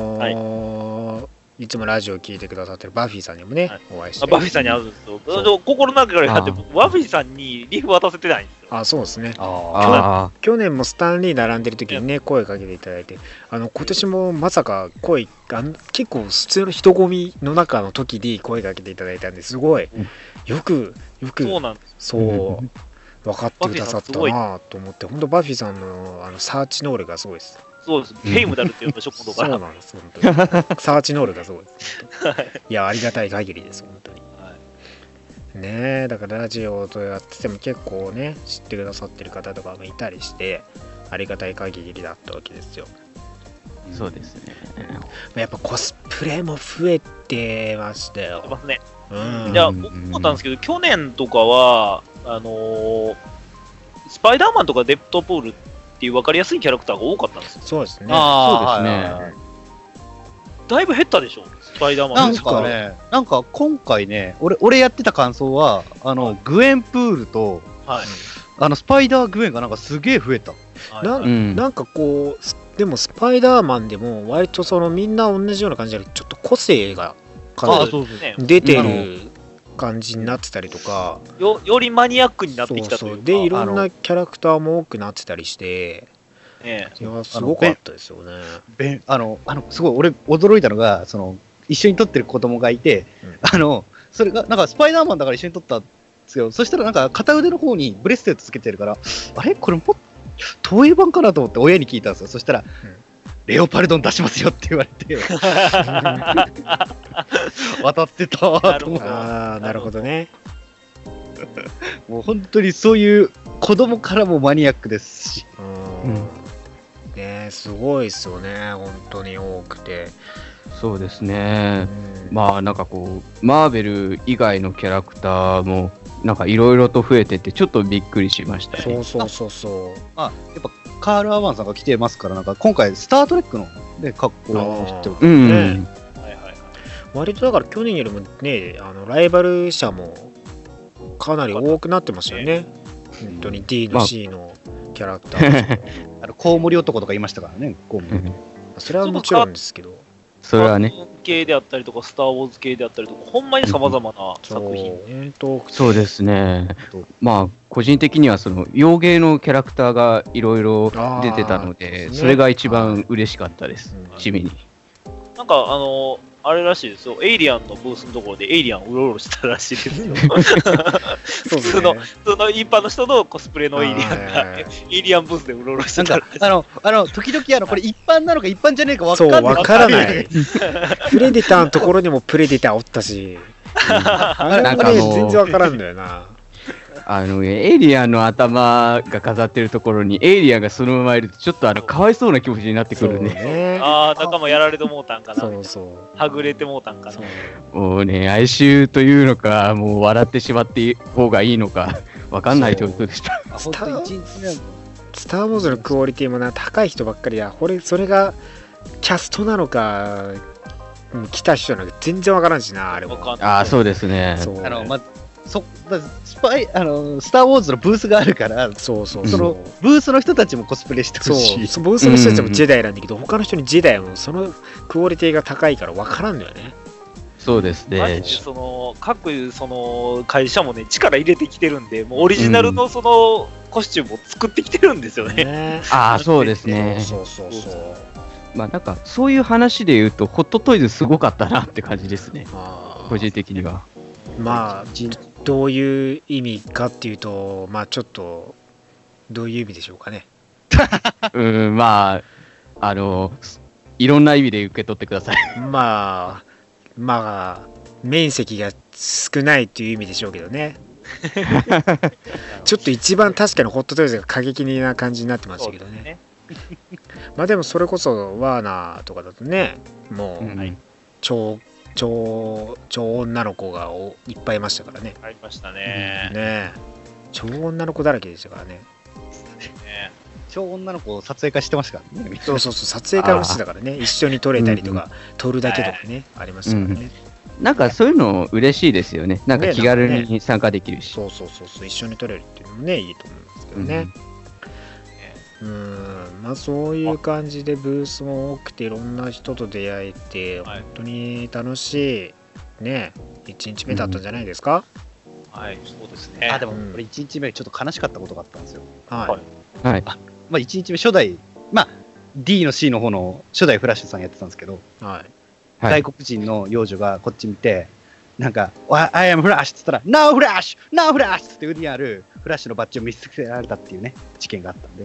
いつもラジオを聞いてくださってるバフィーさんにもね、お会いして。 バフィーさんに会うんですよ。心の中からやって、バフィーさんにリーフ渡せてないんですよ。 そうですね。去年もスタンリー並んでる時にね、声かけていただいて、今年もまさか結構普通の人混みの中の時に声かけていただいたんですごい、よく、 そうなんです。 分かってくださったなと思って、本当バフィーさんのサーチ能力がすごいです。 そうです。ヘイムダルって言うんでしょ、今度から。 そうなんです、本当に。サーチ能力がすごいです。いや、ありがたい限りです、本当に。ねえ、だからラジオとやってても結構ね、知ってくださってる方とかもいたりして、ありがたい限りだったわけですよ。 そうですね。 やっぱコスプレも増えてましたよ。 ますね。いや、僕思ったんですけど、去年とかは、スパイダーマンとかデッドプールっていう分かりやすいキャラクターが多かったんですよ。 そうですね。 そうですね。 だいぶ減ったでしょ、スパイダーマン。なんか今回ね、俺やってた感想は、グエンプールと、スパイダーグエンがなんかすげえ増えた。 なんかこう、でもスパイダーマンでも割とみんな同じような感じでちょっと個性が出てる感じになってたりとか、 よりマニアックになってきたというか、 でいろんなキャラクターも多くなってたりして、すごかったですよね。 すごい俺驚いたのが一緒に撮ってる子供がいて、それがなんかスパイダーマンだから一緒に撮ったんですよ。そしたらなんか片腕の方にブレスレットつけてるから、あれこれも東映版かなと思って親に聞いたんですよ。そしたら、レオパルドン出しますよって言われて渡ってたと思って。 なるほどね。 もう本当にそういう子供からもマニアックですし、 すごいですよね、本当に多くて。 そうですね。なんかこうマーベル以外のキャラクターもなんかいろいろと増えてて、ちょっとびっくりしましたね。 そうそうそうそう。 やっぱカール・アバンさんが来てますから、なんか今回、スター・トレックの、ね、格好をしてる。 うん、 ねはいはいはい。 割とだから去年よりもね、ライバル社もかなり多くなってますよね。本当に D の C のキャラクターたちもコウモリ男とかいましたからね、コウモリ。 それはもちろんですけど。 それはね。 カートゥーン系であったりとか、スター・ウォーズ系であったりとか、ほんまに様々な作品。 そうですね。まあ、個人的にはその洋芸のキャラクターがいろいろ出てたので、それが一番嬉しかったです、地味に。 なんか、あれらしいですよ。エイリアンのブースのところでエイリアンうろうろしてたらしいですよ。普通の一般の人のコスプレのエイリアンが、エイリアンブースでうろうろしてたらしい。 時々これ一般なのか一般じゃねえか分からない。プレデターのところにもプレデターおったし、あれもね、全然分からんだよな。 エイリアンの頭が飾ってるところにエイリアンがそのままいるとちょっとかわいそうな気持ちになってくるね。 ああ、中もやられてもうたんかな。 そうそう。 はぐれてもうたんかな。 もうね、哀愁というのか、もう笑ってしまって方がいいのか、わかんないということでした。 スター・ウォーズのクオリティもな、高い人ばっかりだ。それがキャストなのか、来た人なのか全然わからんしな、あれも。 ああ、そうですね。 スター・ウォーズのブースがあるから、そのブースの人たちもコスプレしてほしい。 ブースの人たちもジェダイなんだけど、他の人にジェダイもそのクオリティが高いから分からんのよね。 そうですね。 各会社もね、力入れてきてるんで、もうオリジナルのそのコスチュームを作ってきてるんですよね。 ああ、そうですね。 そうそうそう。 まあなんかそういう話で言うと、ホットトイズすごかったなって感じですね。個人的には。 まあどういう意味かっていうと、まあちょっとどういう意味でしょうかね。 まあいろんな意味で受け取ってください。 まあ面積が少ないっていう意味でしょうけどね。ちょっと一番確かにホットトイズが過激な感じになってましたけどね。まあでもそれこそワーナーとかだとね、もう超女の子がいっぱいいましたからね。 ありましたね。 ね、超女の子だらけでしたからね。 超女の子を撮影会してましたからね。 そう撮影会もしてたからね。一緒に撮れたりとか、撮るだけとかね、ありましたからね。 なんかそういうの嬉しいですよね。なんか気軽に参加できるし。 そう一緒に撮れるっていうのもね、いいと思うんですけどね。まあそういう感じでブースも多くていろんな人と出会えて本当に楽しいね1日目だったんじゃないですか。 はい、そうですね。 でもこれ1日目ちょっと悲しかったことがあったんですよ。 はい。 まあ1日目初代D の C の方の初代フラッシュさんやってたんですけど、外国人の幼女がこっち見てなんか「I am Flash」って言ったら「No Flash! No Flash!」って腕にあるフラッシュのバッジを見つけられたっていうね事件があったんで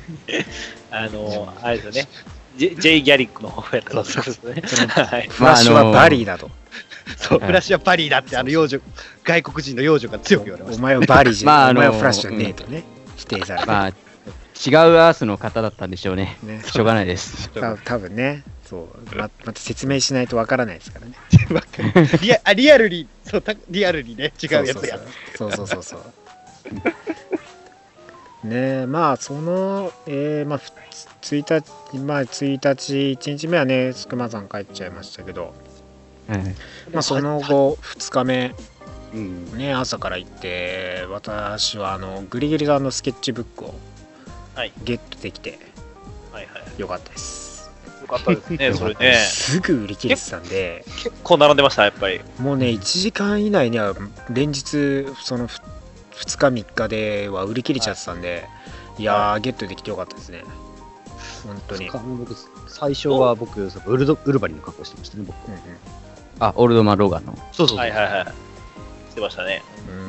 あれですよね、ジェイ・ギャリックの方やったんですね。 フラッシュはバリーだと。 そう、フラッシュはバリーだって外国人の幼女が強く言われました。 お前はバリーじゃん、お前はフラッシュはねえとね、否定された。 違うアースの方だったんでしょうね。しょうがないです。 多分ね。また説明しないとわからないですからね。 リアルにね、違うやつや。 そう。ね、まあその1日目はね、スクマさん帰っちゃいましたけど、その後2日目ね、朝から行って、私はグリギリさんのスケッチブックをゲットできてよかったです。 よかったですね、それね。 すぐ売り切れてたんで。 結構並んでました、やっぱり。 もうね、1時間以内には連日、その2日3日では売り切れちゃってたんで、いやー、ゲットできてよかったですね。本当に。 最初は僕、ウルバリンの格好してましたね、僕。 オールドマン・ローガンの。 そう。 してましたね。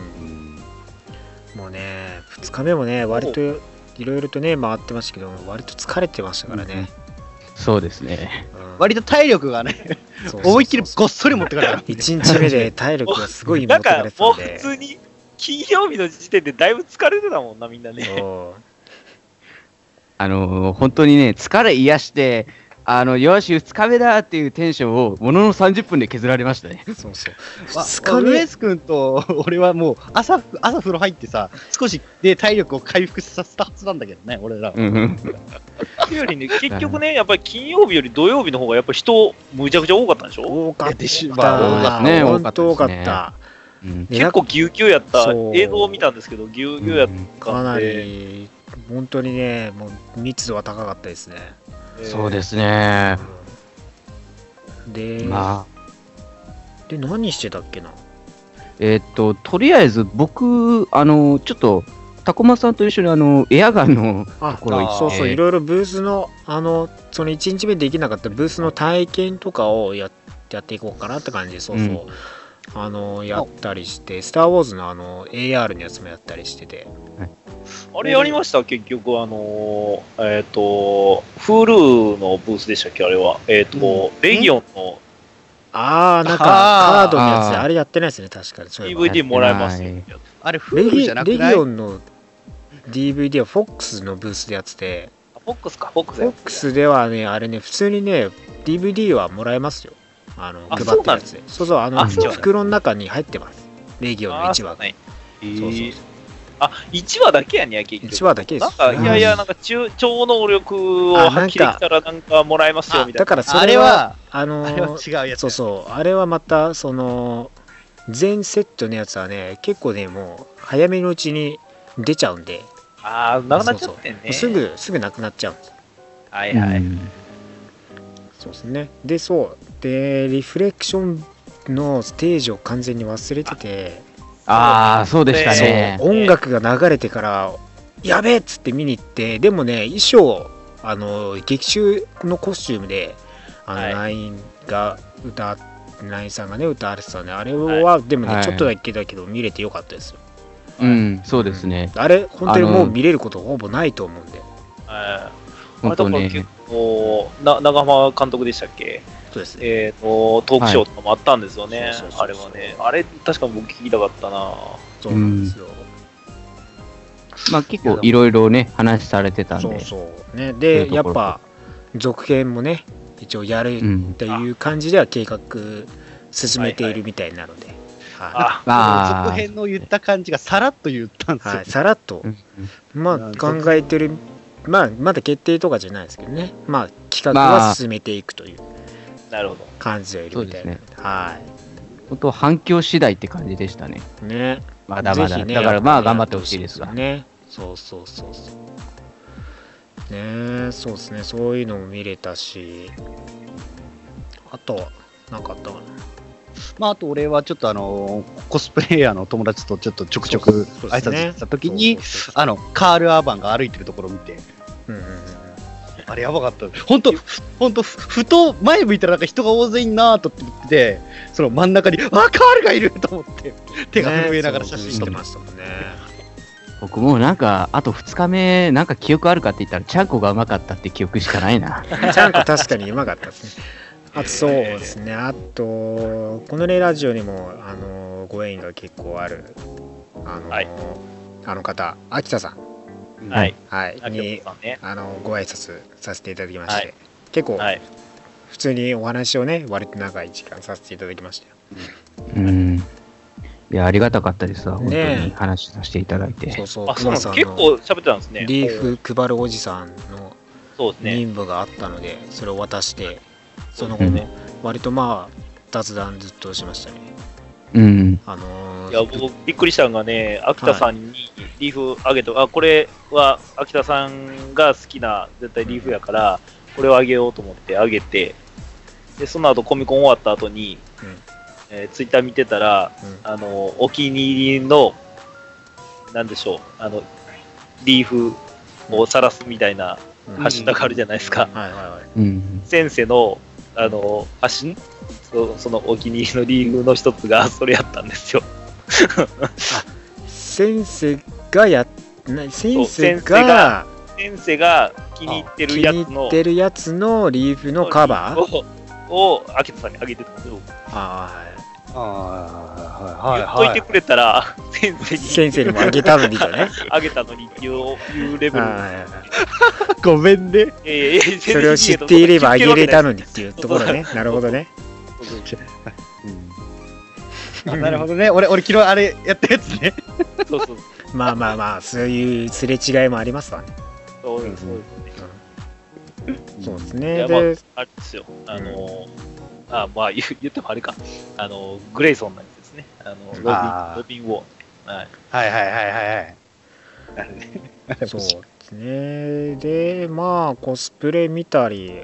もうね、2日目もね、割といろいろとね、回ってましたけど、割と疲れてましたからね。 そうですね。 割と体力がね、思いっきりごっそり持ってかれた。 1日目で体力がすごい持ってかれてたんで。 もう普通に金曜日の時点でだいぶ疲れてたもんな、みんなね。 本当にね、疲れ癒して、 よし、2日目だっていうテンションを、ものの30分で削られましたね。 そうそう。 ルエス君と俺はもう朝風呂入ってさ、少しで体力を回復させたはずなんだけどね、俺ら。 というよりね、結局ね、やっぱり金曜日より土曜日の方がやっぱり人、むちゃくちゃ多かったんでしょ。 多かった。 まあ多かったね。 本当多かった。 結構ぎゅうぎゅうやった。映像を見たんですけど、ぎゅうぎゅうやったんで。 かなり、本当にね、もう密度は高かったですね。 そうですね。 で、で、何してたっけな。 とりあえず僕、ちょっと、タコマさんと一緒にエアガンのところ行って、 そうそう、いろいろブースの、その1日目できなかったブースの体験とかをやっていこうかなって感じで、そうそう、やったりして、スター・ウォーズのAR のやつもやったりしてて。 あれやりました結局、Hulu のブースでしたっけあれは。レギオンの。 なんか、カードのやつで、あれやってないですね、確かに。 DVD もらえますよ。 あれ、Hulu じゃなくない？ レギオンの DVD は FOX のブースでやってて、FOX ではね、あれね、普通にね、DVD はもらえますよ。配ってるやつで。そうそう、袋の中に入ってます。レギオンの1話が。そうそう。 1話だけやねや、結局。 1話だけです。 なんか、いや、なんか、超能力を発揮できたら、なんか、もらえますよ、みたいな。 だから、それは、 あれは違うやつ。 そうそう。あれはまた、全セットのやつはね、結構ね、もう、早めのうちに出ちゃうんで。 なくなっちゃってんね。 すぐなくなっちゃうんです。 はいはい。 そうですね。で、リフレクションのステージを完全に忘れてて、 そうでしたね。 音楽が流れてからやべえっつって見に行って、でもね、衣装劇中のコスチュームでナインさんがね歌われてたね。あれはでもね、ちょっとだけだけど見れてよかったですよ。 そうですね。 あれ本当にもう見れることほぼないと思うんで。 本当に結構長浜監督でしたっけ。 そうですね。 トークショーとかもあったんですよね。あれはね。あれ確か僕聞きたかったな。 そうなんですよ。 結構いろいろね話されてたんで。 そうね。でやっぱ続編もね一応やるっていう感じでは計画進めているみたいなので。 続編の言った感じがさらっと言ったんですよ。 さらっと。考えてる。まだ決定とかじゃないですけどね。企画は進めていくという。 なるほど。 感じはいるみたいな。 本当反響次第って感じでしたね。 ね。 まだまだ。だから頑張ってほしいですが。 ね。そう。ね、そうですね。そういうのも見れたし、あとなんかあったかな。 あと俺はちょっとコスプレイヤーの友達とちょっとちょくちょく挨拶した時にカール・アーバンが歩いてるところを見て、あれやばかった。本当ふと前向いたらなんか人が大勢いんなーとって言ってて、その真ん中にカールがいると思って手が震えながら写真撮ってましたもんね。 僕もなんかあと2日目なんか記憶あるかって言ったらちゃんこがうまかったって記憶しかないな。 ちゃんこ確かにうまかったですね。あとそうですね。あとこのねラジオにもご縁が結構あるあの方秋田さん。にご挨拶させていただきまして、結構普通にお話をね割と長い時間させていただきましたよ。 いやありがたかったですわ、本当に話させていただいて。 結構喋ってたんですね。 リーフ配るおじさんの任務があったので、それを渡してその後も割と雑談ずっとしましたね。 いや僕びっくりしたのがね、秋田さんにリーフあげて、これは秋田さんが好きな絶対リーフやからこれをあげようと思ってあげて、でその後コミコン終わった後に、ツイッター見てたら、お気に入りのなんでしょうリーフを晒すみたいなハッシュタグあるじゃないですか。先生のそのお気に入りのリーフの一つがそれやったんですよ。 先生が気に入ってるやつのリーフのカバーを秋田さんにあげてたんですよ。 言っといてくれたら、 先生にもあげたのにとね。 あげたのにっていうレベル。 ごめんね。 それを知っていればあげれたのにっていうところね。なるほどね。 なるほどね。俺昨日あれやったやつね。 そうそう。 まあまあまあ、そういうすれ違いもありますわね。 そうです。 そうですね。 あれですよ。まあ言ってもあれか。グレイソンのやつですね。ロビン・ウォー。 はい。 そうですね。で、まあ、コスプレ見たり、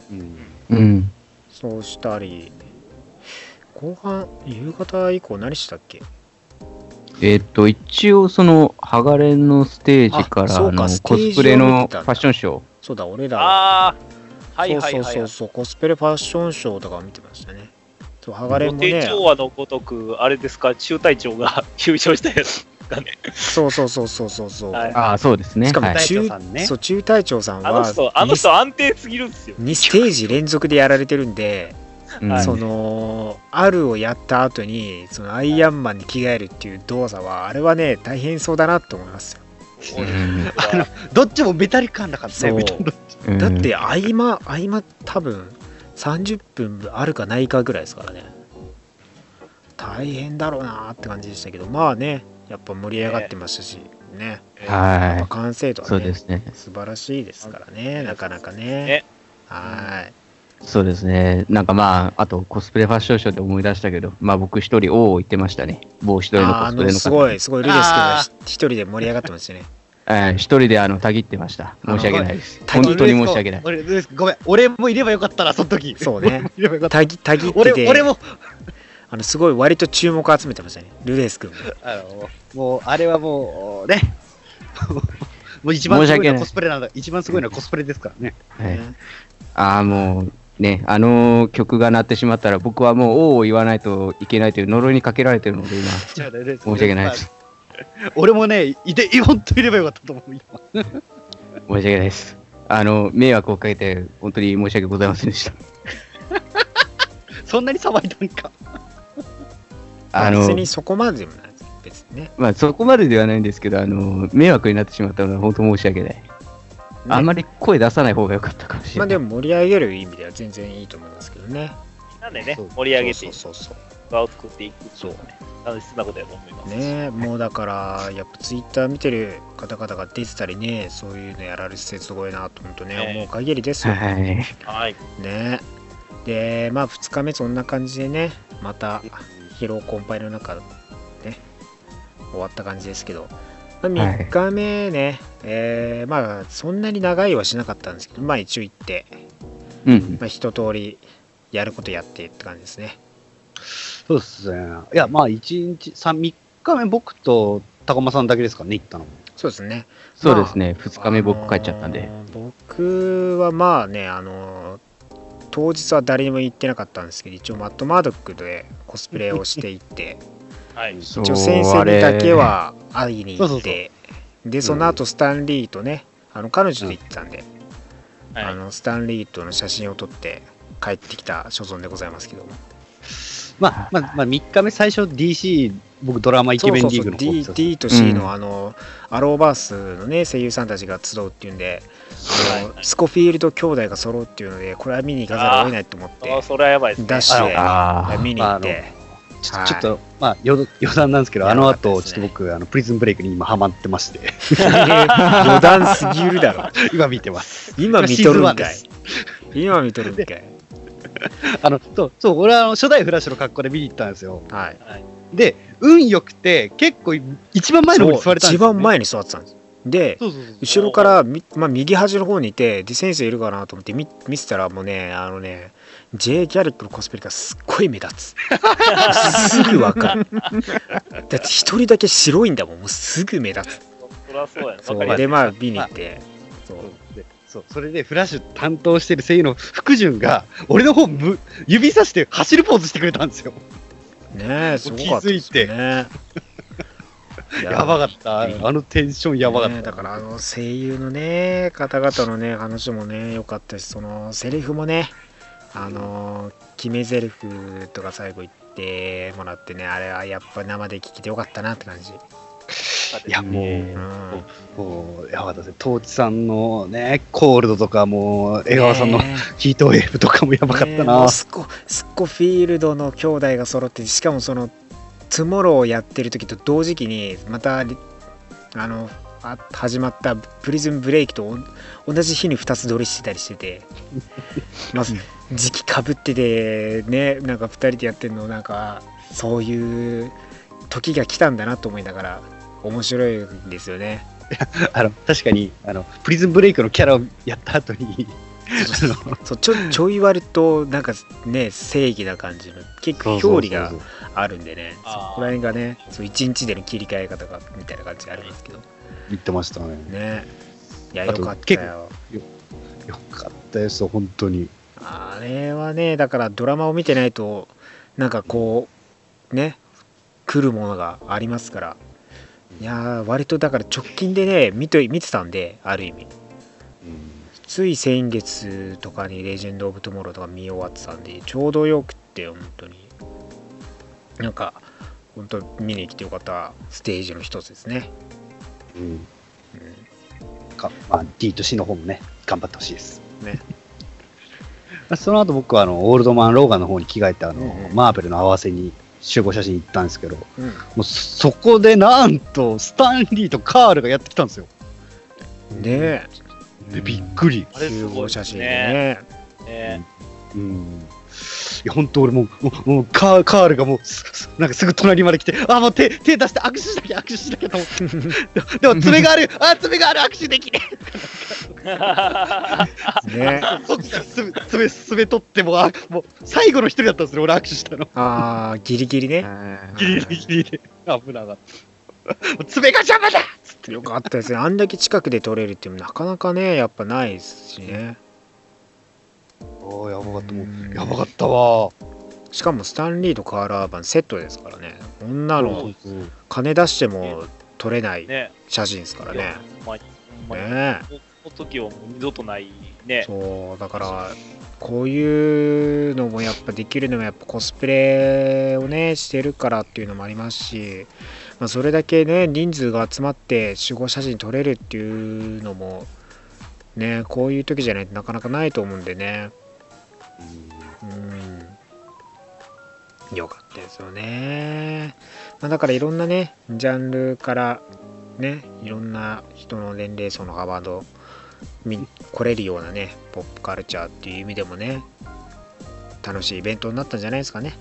そうしたり、後半、夕方以降何したっけ？ 一応そのハガレンのステージからコスプレのファッションショー。 そうだ、俺らは。 はい。 そう、コスプレファッションショーとかを見てましたね。そう、ハガレンもね。 予定調和のごとく、あれですか、中隊長が優勝したやつがね。 そう。 そうですね。 しかも中隊長さんは、 あの人安定すぎるんですよ。 2ステージ連続でやられてるんで、そのアルをやった後にそのアイアンマンに着替えるっていう動作はあれはね大変そうだなと思いますよ。 どっちもメタリック感なかったね。 だって合間多分30分あるかないかぐらいですからね。大変だろうなって感じでしたけど、まあねやっぱ盛り上がってましたしね。やっぱ完成度はね素晴らしいですからね、なかなかね。 そうですね。なんかまあ、あとコスプレファッションショーで思い出したけど、まあ僕一人言ってましたね。もう一人のコスプレの方。 すごいルデス君が一人で盛り上がってましたね。 一人でたぎってました。申し訳ないです。本当に申し訳ない。 ごめん、俺もいればよかったな、その時。 そうね。たぎってて、俺もすごい割と注目を集めてましたね、ルデス君。 もう、あれはもう、ね。もう一番すごいのはコスプレなんだ。一番すごいのはコスプレですからね。 もう、ね、曲が鳴ってしまったら僕はもうおーを言わないといけないという呪いにかけられてるので今申し訳ないです。 俺もね本当にいればよかったと思う。 申し訳ないです。迷惑をかけて本当に申し訳ございませんでした。 そんなに騒いだんか。 別にそこまででもない別にね。 まあそこまでではないんですけど迷惑になってしまったのは本当申し訳ない。あんまり声出さない方が良かったかもしれない。 まあでも盛り上げる意味では全然いいと思いますけどね。 なんでね、盛り上げて場を作っていくっていうのはね、楽しそうなことだと思いますね。もうだからやっぱツイッター見てる方々が出てたりね、そういうのやられててすごいなと思うとね、思う限りですよ。 はい。 ね。でまあ2日目そんな感じでね、また疲労困憊の中ね終わった感じですけど。3日目ね、まあそんなに長いはしなかったんですけど、まあ一応行って、まあ一通りやることやってって感じですね。 そうですね。いやまあ3日目僕と高間さんだけですからね、行ったのも。 そうですね。 そうですね。2日目僕帰っちゃったんで。 僕はまあね当日は誰にも行ってなかったんですけど、一応マットマードックでコスプレをしていって。一応先生にだけは会いに行って、でその後スタンリーとね彼女で行ってたんで、スタンリーとの写真を撮って帰ってきた所存でございますけども、 まあ3日目最初 DC 僕ドラマイケメンリーグの方 D と C のアローバースのね声優さんたちが集うっていうんで、スコフィールド兄弟が揃うっていうので、これは見に行かざるを得ないと思ってそれはやばいですね。 ダッシュで見に行って。 ちょっとまあ余談なんですけど、後ちょっと僕プリズンブレイクに今ハマってまして。 余談すぎるだろ。 今見てます。 今見とるんかい。 そう俺は初代フラッシュの格好で見に行ったんですよ。 はい。 で運良くて結構一番前の方に座れたんですよ、ね。 一番前に座ってたんです。で後ろから右端の方にいて、で先生いるかなと思って見せたら、もうねJ ギャリックのコスプレがすっごい目立つ。すぐ分かる。だって一人だけ白いんだもん、もうすぐ目立つ。 そりゃそうやな。 そうでまあ見に行って、 それでフラッシュ担当してる声優の福潤が俺の方指さして走るポーズしてくれたんですよ。 ねえ、すごかったですね。 やばかった。テンションやばかった。 だから声優のね方々のね話もね良かったし、そのセリフもね決め台詞とか最後言ってもらってね、あれはやっぱ生で聞けてよかったなって感じ。 いや、もう、 うん、 やばかったですね。トーチさんのね、コールドとか、もう、江川さんのヒートウェーブとかもやばかったな。 スコフィールドの兄弟が揃って、しかもその、トゥモローをやってる時と同時期に、また、始まったプリズンブレイクと同じ日に2つ撮りしてたりしてて、まず時期かぶっててね、なんか2人でやってるの、なんかそういう時が来たんだなと思いながら面白いんですよね。 確かにプリズンブレイクのキャラをやった後にそうちょい割となんかね正義な感じの結構表裏があるんでね、そこら辺がね、そう1日での切り替え方がみたいな感じがありますけど。 言ってましたね。 ね、いやよかったよ。 よかったですよ本当に。 あれはね、だからドラマを見てないとなんかこうね来るものがありますから。いや割とだから直近でね見てたんで、ある意味、つい先月とかにレジェンド・オブ・トゥモローとか見終わってたんで、ちょうどよくって本当になんか本当見に来てよかったステージの一つですね。 D と C の方もね頑張ってほしいですね。 その後僕はオールドマン・ローガンの方に着替えてマーベルの合わせに集合写真行ったんですけど、もうそこでなんとスタンリーとカールがやってきたんですよ。 ねでびっくり。 集合写真でね。 いや本当俺もうカールがもうなんかすぐ隣まで来て、もう手出して握手しなきゃと思ってでも爪がある握手できねえね爪取ってもう最後の一人だったんですよ俺握手したの。 ギリギリね。 ギリギリで危なかった爪が邪魔だっつって。 よかったですね。あんだけ近くで撮れるってなかなかねやっぱないですしね。 やばかった、もうやばかったわ。 しかもスタンリーとカール・アーバンセットですからね。こんなの金出しても撮れない写真ですからね。 この時はもう二度とないね。 そうだからこういうのもやっぱできるのはやっぱコスプレをねしてるからっていうのもありますし、それだけね人数が集まって集合写真撮れるっていうのもね、こういう時じゃないとなかなかないと思うんでね。よかったですよね。だからいろんなねジャンルからねいろんな人の年齢層の幅の来れるようなねポップカルチャーっていう意味でもね楽しいイベントになったんじゃないですかね。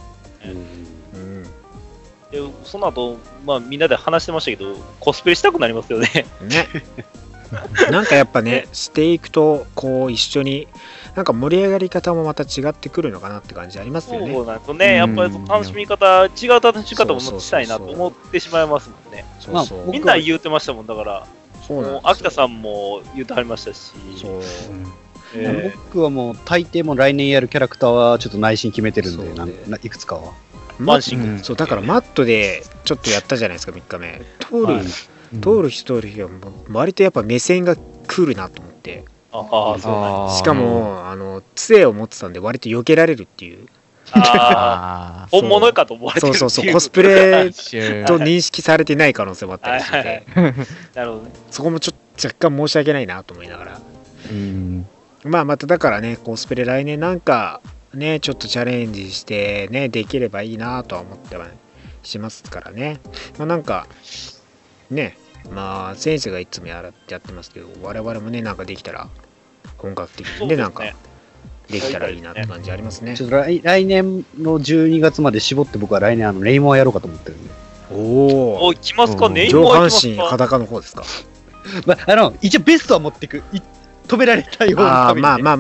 でその後、みんなで話してましたけどコスプレしたくなりますよね。 ねなんかやっぱねしていくとこう一緒になんか盛り上がり方もまた違ってくるのかなって感じありますよね。 そうなんですよね。やっぱり楽しみ方、違う楽しみ方もしたいなと思ってしまいますもんね。みんな言うてましたもんだから、秋田さんも言うてはりましたし。 僕はもう大抵も来年やるキャラクターはちょっと内心決めてるんで、いくつかは。 そうだからマットでちょっとやったじゃないですか3日目。通る人は割とやっぱ目線が来るなと思って。しかも杖を持ってたんで割と避けられるっていう。 本物かと思われてるっていう。 そうコスプレと認識されてない可能性もあったりしてて、 なるほどね。 そこもちょっと若干申し訳ないなと思いながら、まただからねコスプレ来年なんかねちょっとチャレンジしてねできればいいなとは思ってはしますからね。なんかね先生がいつもやってますけど、我々もねなんかできたら本格的にねなんかできたらいいなって感じありますね。 ちょっと来年の12月まで絞って僕は来年レイモアやろうかと思ってるんで。 お来ますかね。 上半身裸の方ですか。 一応ベストは持っていく。止められたような。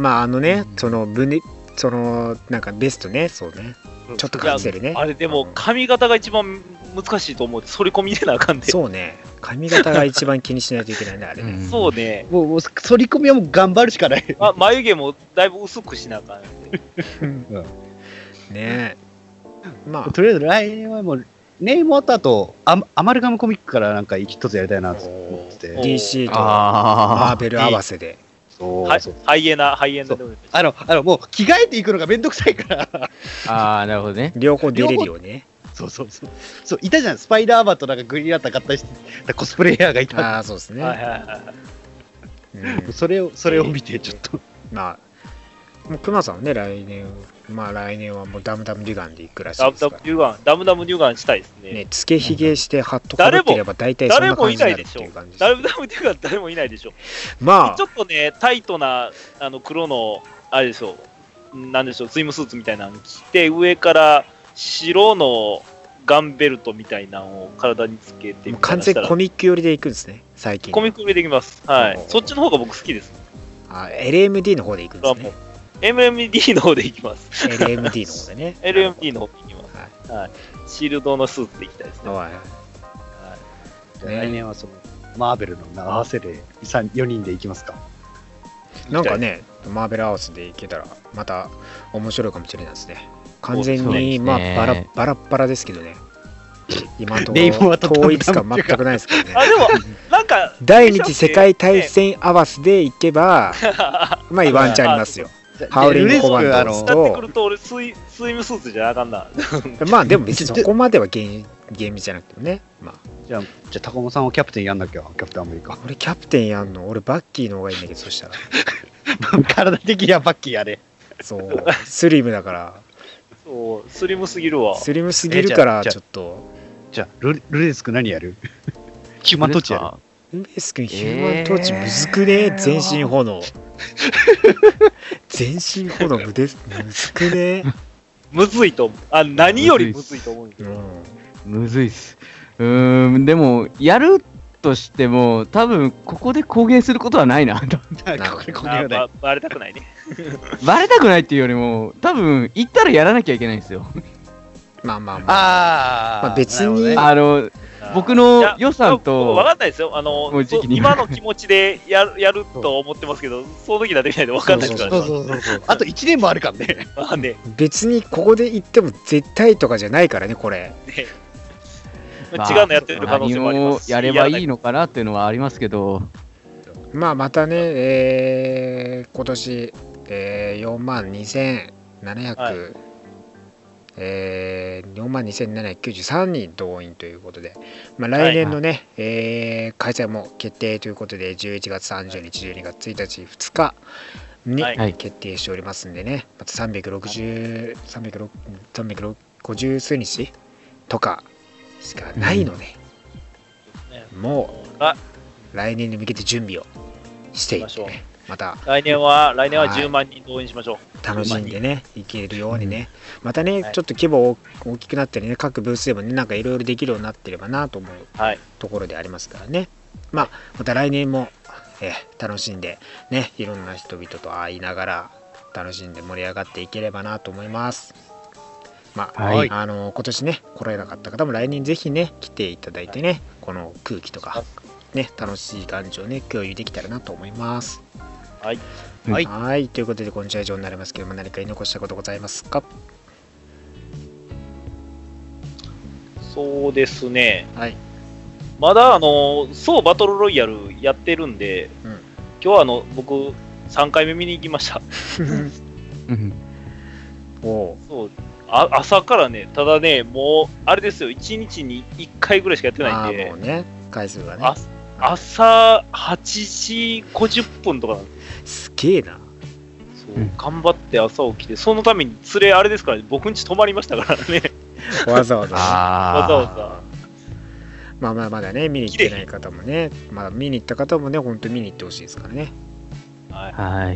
そのなんかベストね、そうね。ちょっと隠せるね。 あれでも髪型が一番難しいと思う。反り込みでなあかんで。 そうね。髪型が一番気にしないといけないね、あれね。 そうね。 もう反り込みはもう頑張るしかない。 眉毛もだいぶ薄くしなあかん。 ねとりあえず来年はもうネイモアとあとアマルガムコミックからなんか一つやりたいなと思ってて。 DC とマーベル合わせで。 ハイエナでもう着替えていくのがめんどくさいから。 ああ、なるほどね。 両方出れるよね。 そう、いたじゃん、スパイダーマンとなんかグリーンランタン合体してたコスプレイヤーがいた。 ああ、そうですね。 それを見て、ちょっと。 まあ、もう熊さんはね、来年はもうダムダムデュガンで行くらしいですから。 ダムダムデュガンしたいですね。 ね、つけひげしてハットかぶってれば大体そんな感じになるっていう感じです。 ダムダムデュガン誰もいないでしょ。 まあ、 ちょっとね、タイトな黒の、あれでしょう、なんでしょう、スイムスーツみたいなの着て、上から白のガンベルトみたいなのを体につけて、 完全コミック寄りで行くんですね、最近。 コミック寄りで行きます。はい。そっちの方が僕好きです。 LMD の方で行くんですね。 MMD の方で行きます。 LMD の方でね。 LMD の方で行きます。はい。シールドのスーツで行きたいですね。 来年はそのマーベルの合わせで4人で行きますか。 なんかね、マーベル合わせで行けたらまた面白いかもしれないですね。完全にまあバラッバラですけどね。今のところ統一感全くないですからね。 あ、でもなんか第二次世界大戦合わせで行けばまあワンチャンありますよ。ハウリングコマンドとなってくると俺スイムスーツじゃあかんな。 まあでも別にそこまでは厳密じゃなくてもね。まあじゃあ高尾さんはキャプテンやんなきゃ。キャプテンアメリカ。 俺キャプテンやんの。俺バッキーの方がいいんだけど、そしたら体的にはバッキーやれ。 そうスリムだから。 そうスリムすぎるわ。 スリムすぎるからちょっと。 じゃあルレスク何やる？ヒューマントーチやる？ ルレス君ヒューマントーチむずくね？全身炎。全身炎むずくね？ むずいと思う。何よりむずいと思うけど。 むずいっす。でもやるとしても多分ここで公言することはないな。 バレたくないね。 バレたくないっていうよりも多分行ったらやらなきゃいけないんですよ。 まあ別に僕の予算と分かんないですよ。今の気持ちでやると思ってますけど、その時だってみないと分かんないですから。 あと1年もあるからね。 別にここで行っても絶対とかじゃないからね、これ。 違うのやってる可能性もありますし。 やればいいのかなっていうのはありますけど。 まあまたね、今年、42,700、42,793人動員ということで、まあ、来年のね、開催も決定ということで、11月30日、12月1日、2日に決定しておりますんでね、また350数日とかしかないので、もう来年に向けて準備をしていってね、また来年は10万人動員しましょう。 楽しんでね、いけるようにね、またね、ちょっと規模大きくなったりね、各ブースでもね、なんかいろいろできるようになってればなと思うところでありますからね。また来年も楽しんでね、いろんな人々と会いながら楽しんで盛り上がっていければなと思います。今年ね来られなかった方も来年ぜひね来ていただいてね、この空気とかね、楽しい感じをね共有できたらなと思います。はい、ということで今週は以上になりますけども、何か言い残したことございますか？ そうですね、まだそうバトルロイヤルやってるんで、今日は僕3回目見に行きました。そう朝からね、ただね、もうあれですよ、1日に1回ぐらいしかやってないんで、 もうね、回数がね、 朝8時50分とかなんです。 すげえな。 そう頑張って朝起きて、そのために連れあれですからね、僕ん家泊まりましたからね。 わざわざ。まだね、見に行ってない方もね、まだ見に行った方もね、本当に見に行ってほしいですからね。 はい。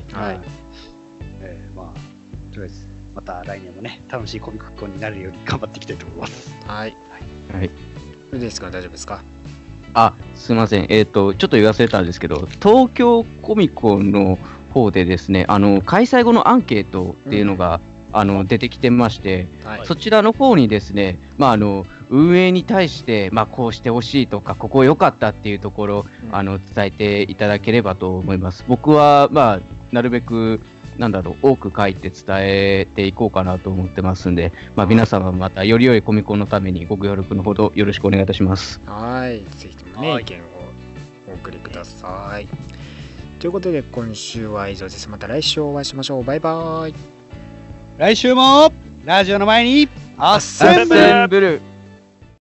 とりあえずまた来年もね、楽しいコミックコンになるように頑張っていきたいと思います。 はい。それですか、大丈夫ですか？ すいません。ちょっと言わせたんですけど、東京コミコンの方でですね、開催後のアンケートっていうのが、出てきてまして、そちらの方にですね、運営に対して、こうしてほしいとか、ここ良かったっていうところ、伝えていただければと思います。僕は、なるべく、多く書いて伝えていこうかなと思ってますんで、皆様またより良いコミコンのためにご協力のほどよろしくお願いいたします。 はい、ぜひともね、意見をお送りください。 ということで今週は以上です。また来週お会いしましょう。バイバイ。 来週もラジオの前にアッセンブル。 アッセンブル。